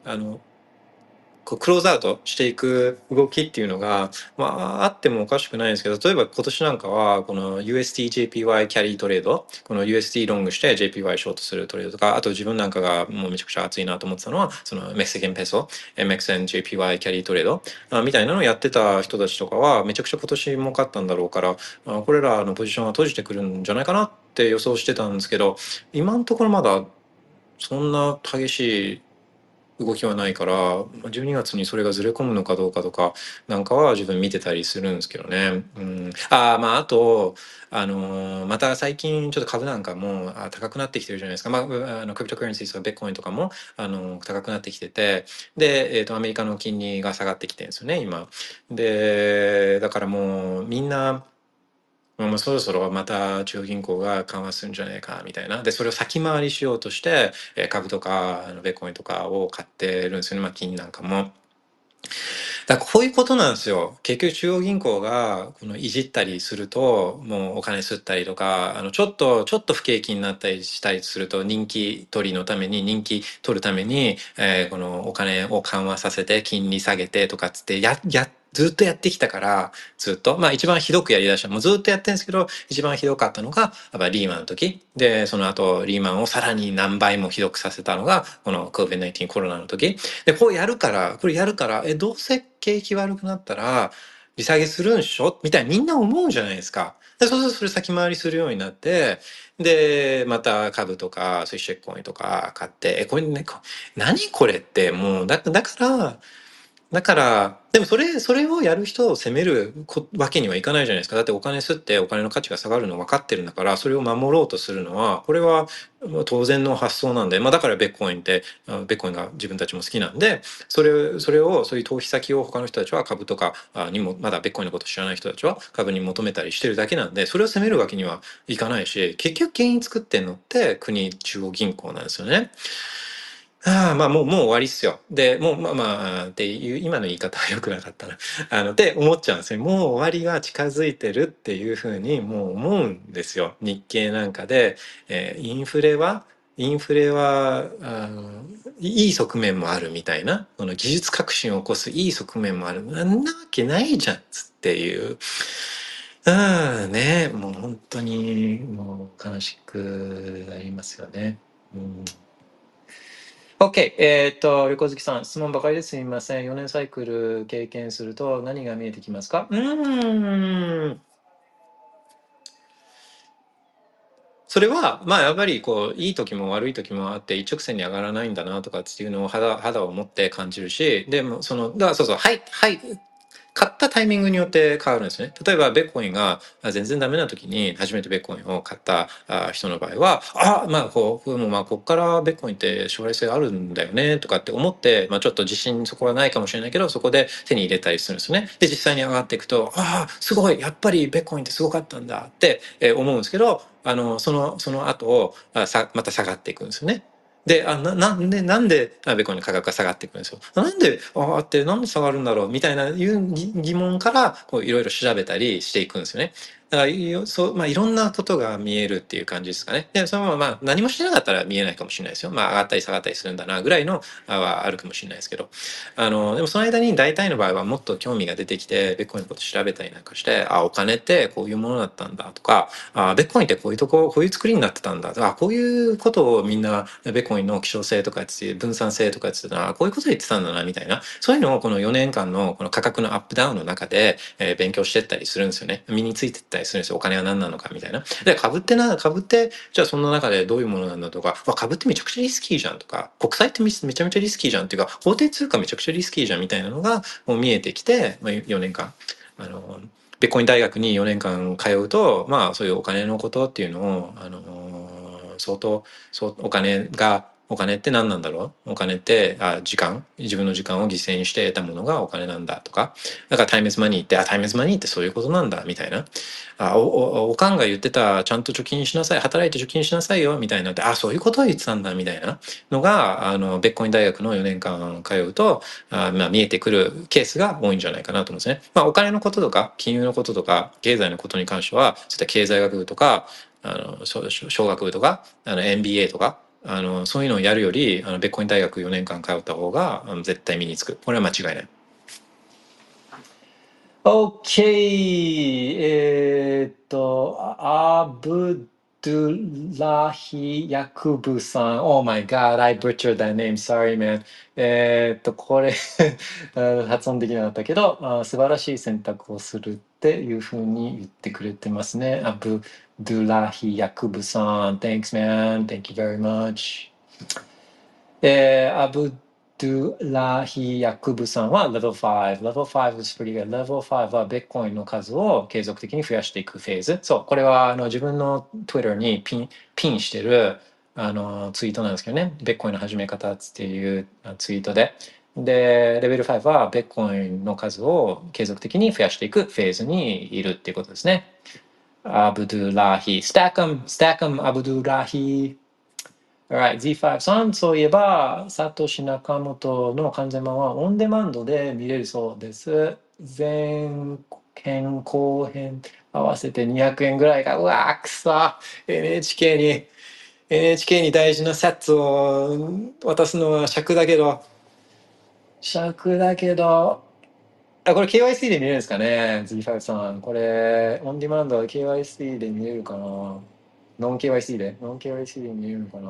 クローズアウトしていく動きっていうのが、あってもおかしくないんですけど、例えば今年なんかは、この USD-JPY キャリートレード、この USD ロングして JPY ショートするトレードとか、あと自分なんかがもうめちゃくちゃ熱いなと思ってたのは、そのメキシカンペソ、MXNJPY キャリートレードみたいなのをやってた人たちとかは、めちゃくちゃ今年儲かったんだろうから、これらのポジションは閉じてくるんじゃないかなって予想してたんですけど、今のところまだそんな激しい動きはないから、12月にそれがずれ込むのかどうかとかなんかは自分見てたりするんですけどね。あと、また最近ちょっと株なんかも高くなってきてるじゃないですか。クリプトカレンシーとかベッコインとかも高くなってきてて、で、アメリカの金利が下がってきてるんですよね、今。で、だからもうみんな、もうそろそろまた中央銀行が緩和するんじゃないかみたいな。で、それを先回りしようとして、株とかベッコインとかを買ってるんですよね。金なんかも。だからこういうことなんですよ。結局中央銀行がこのいじったりすると、もうお金吸ったりとか、ちょっと不景気になったりしたりすると、人気取るために、このお金を緩和させて、金利下げてとかつって、ずっとやってきたから、ずっと。一番ひどくやりだした。もうずっとやってるんですけど、一番ひどかったのが、やっぱリーマンの時。で、その後、リーマンをさらに何倍もひどくさせたのが、この COVID-19 コロナの時。で、これやるから、どうせ景気悪くなったら、利下げするんでしょみたいにみんな思うじゃないですか。で、そうするとそれ先回りするようになって、で、また株とか、スイッシュコインとか買って、これね、何これって、もう、だから、でもそれをやる人を責めるわけにはいかないじゃないですか。だってお金吸ってお金の価値が下がるの分かってるんだから、それを守ろうとするのは、これは当然の発想なんで、だからベッコインが自分たちも好きなんで、そういう投資先を他の人たちは株とかにも、まだベッコインのこと知らない人たちは株に求めたりしてるだけなんで、それを責めるわけにはいかないし、結局原因作ってんのって国中央銀行なんですよね。もう終わりっすよ。で、もうっていう、今の言い方は良くなかったな。って思っちゃうんですよ。もう終わりが近づいてるっていうふうにもう思うんですよ。日経なんかで、インフレはいい側面もあるみたいな、この技術革新を起こすいい側面もある。なんなわけないじゃん、つっていう。 うんね、もう本当にもう悲しくなりますよね。OK。旅行好きさん、質問ばかりですみません。4年サイクル経験すると何が見えてきますか？それは、まあやっぱりこう、いい時も悪い時もあって一直線に上がらないんだなとかっていうのを肌を持って感じるし、でもだからそうそう、はい、はい、買ったタイミングによって変わるんですね。例えば、ベッコインが全然ダメな時に初めてベッコインを買った人の場合は、まあ、こっからベッコインって将来性あるんだよね、とかって思って、まあ、ちょっと自信そこはないかもしれないけど、そこで手に入れたりするんですよね。で、実際に上がっていくと、すごい、やっぱりベッコインってすごかったんだって思うんですけど、その後また下がっていくんですよね。で、なんでベッコインの価格が下がっていくんですよ。なんでなんで下がるんだろうみたいないう疑問からこういろいろ調べたりしていくんですよね。だからまあ、いろんなことが見えるっていう感じですかね。で、そのまま何もしてなかったら見えないかもしれないですよ。まあ、上がったり下がったりするんだなぐらいのはあるかもしれないですけど、でもその間に大体の場合はもっと興味が出てきて、ベッコインのこと調べたりなんかして、お金ってこういうものだったんだとか、ベッコインってこういう作りになってたんだとか、こういうことをみんなベッコインの希少性とか分散性とかってこういうこと言ってたんだなみたいな、そういうのをこの4年間のこの価格のアップダウンの中で、勉強してったりするんですよね。身についてったりするんですよ。お金は何なのかみたいな。で、株ってじゃあその中でどういうものなんだとか、株ってめちゃくちゃリスキーじゃんとか、国債ってめちゃめちゃリスキーじゃんっていうか、法定通貨めちゃくちゃリスキーじゃんみたいなのがもう見えてきて、4年間ベッコイン大学に4年間通うと、まあそういうお金のことっていうのを、相当、お金って何なんだろう、お金って自分の時間を犠牲にして得たものがお金なんだとか、だからタイムズマニーってタイムズマニーってそういうことなんだみたいな、おかんが言ってたちゃんと貯金しなさい、働いて貯金しなさいよみたいなって、そういうことを言ってたんだみたいなのがベッコイン大学の4年間通うとまあ見えてくるケースが多いんじゃないかなと思うんですね。まあお金のこととか金融のこととか経済のことに関しては、そういった経済学部とか商学部とかMBA とかそういうのをやるよりベッコイン大学4年間通った方が絶対身につく。これは間違いない。OK。アブドゥラヒ・ヤクブさん。Oh my God, I butchered that name. Sorry, man. これ発音できなかったけど、素晴らしい選択をするっていうふうに言ってくれてますね。アブドゥラヒ・ヤクブさん。Thanks, man. Thank you very much. アブドゥラヒ・ヤクブさんは Level 5。Level 5 is pretty good. Level 5はベッコインの数を継続的に増やしていくフェーズ。そう、これは自分の Twitter にピンしてるツイートなんですけどね。ベッコインの始め方っていうツイートで。で、レベル5はベッコインの数を継続的に増やしていくフェーズにいるっていうことですね。アブドゥラヒ。Stack them, アブドゥラヒ。Alright, Z5 さん、そういえば、サトシ・ナカモトの完全版はオンデマンドで見れるそうです。前編後編合わせて200円ぐらいが、うわーくそ NHK に大事なセットを渡すのは尺だけど、これ KYC で見れるんですかね ?Z5 さん。これ、オンデマンドは KYC で見れるかな？ノン KYC で見れるのかな？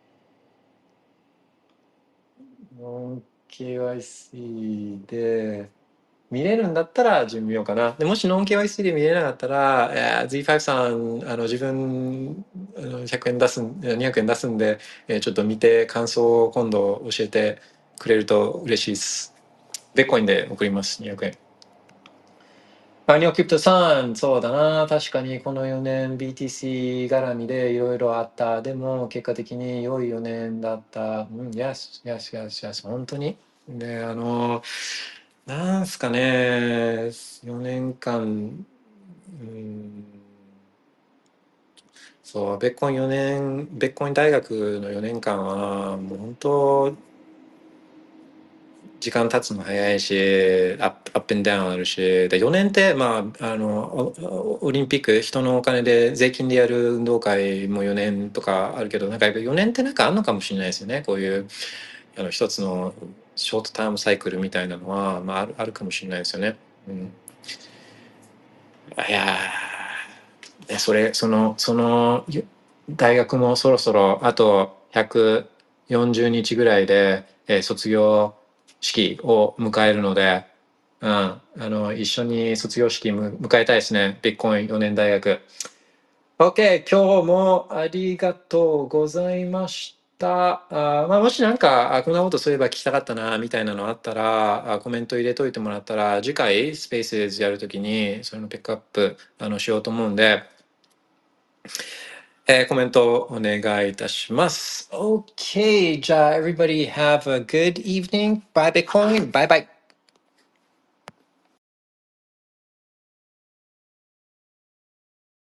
ノン KYC で見れるんだったら準備見ようかな。でもしノン KYC で見れなかったら、Z5 さん、自分100円出す200円出すんで、ちょっと見て感想を今度教えてくれると嬉しいです。ベッコインで送ります、200円。ニオキプトさん、そうだな。確かにこの4年 BTC 絡みでいろいろあった。でも結果的に良い4年だった。Yes. 本当に。で、なんすかね、4年間、そう、ベッコイン大学の4年間は、もう本当、時間経つの早いし、アップンダウンあるし、で4年って、オリンピック、人のお金で税金でやる運動会も4年とかあるけど、なんかやっぱ4年ってなんかあるのかもしれないですよね。こういう一つのショートタームサイクルみたいなのは、あるかもしれないですよね。 いやー、その大学もそろそろあと140日ぐらいで、卒業式を迎えるので、一緒に卒業式迎えたいですね。ビットコイン4年大学。OK、今日もありがとうございました。もしなんかこんなことそういえば聞きたかったなみたいなのあったらコメント入れといてもらったら、次回スペースやるときにそれのピックアップしようと思うんで、コメントお願いいたします。OK、じゃあ everybody have a good evening. Bye Bitcoin. Bye bye.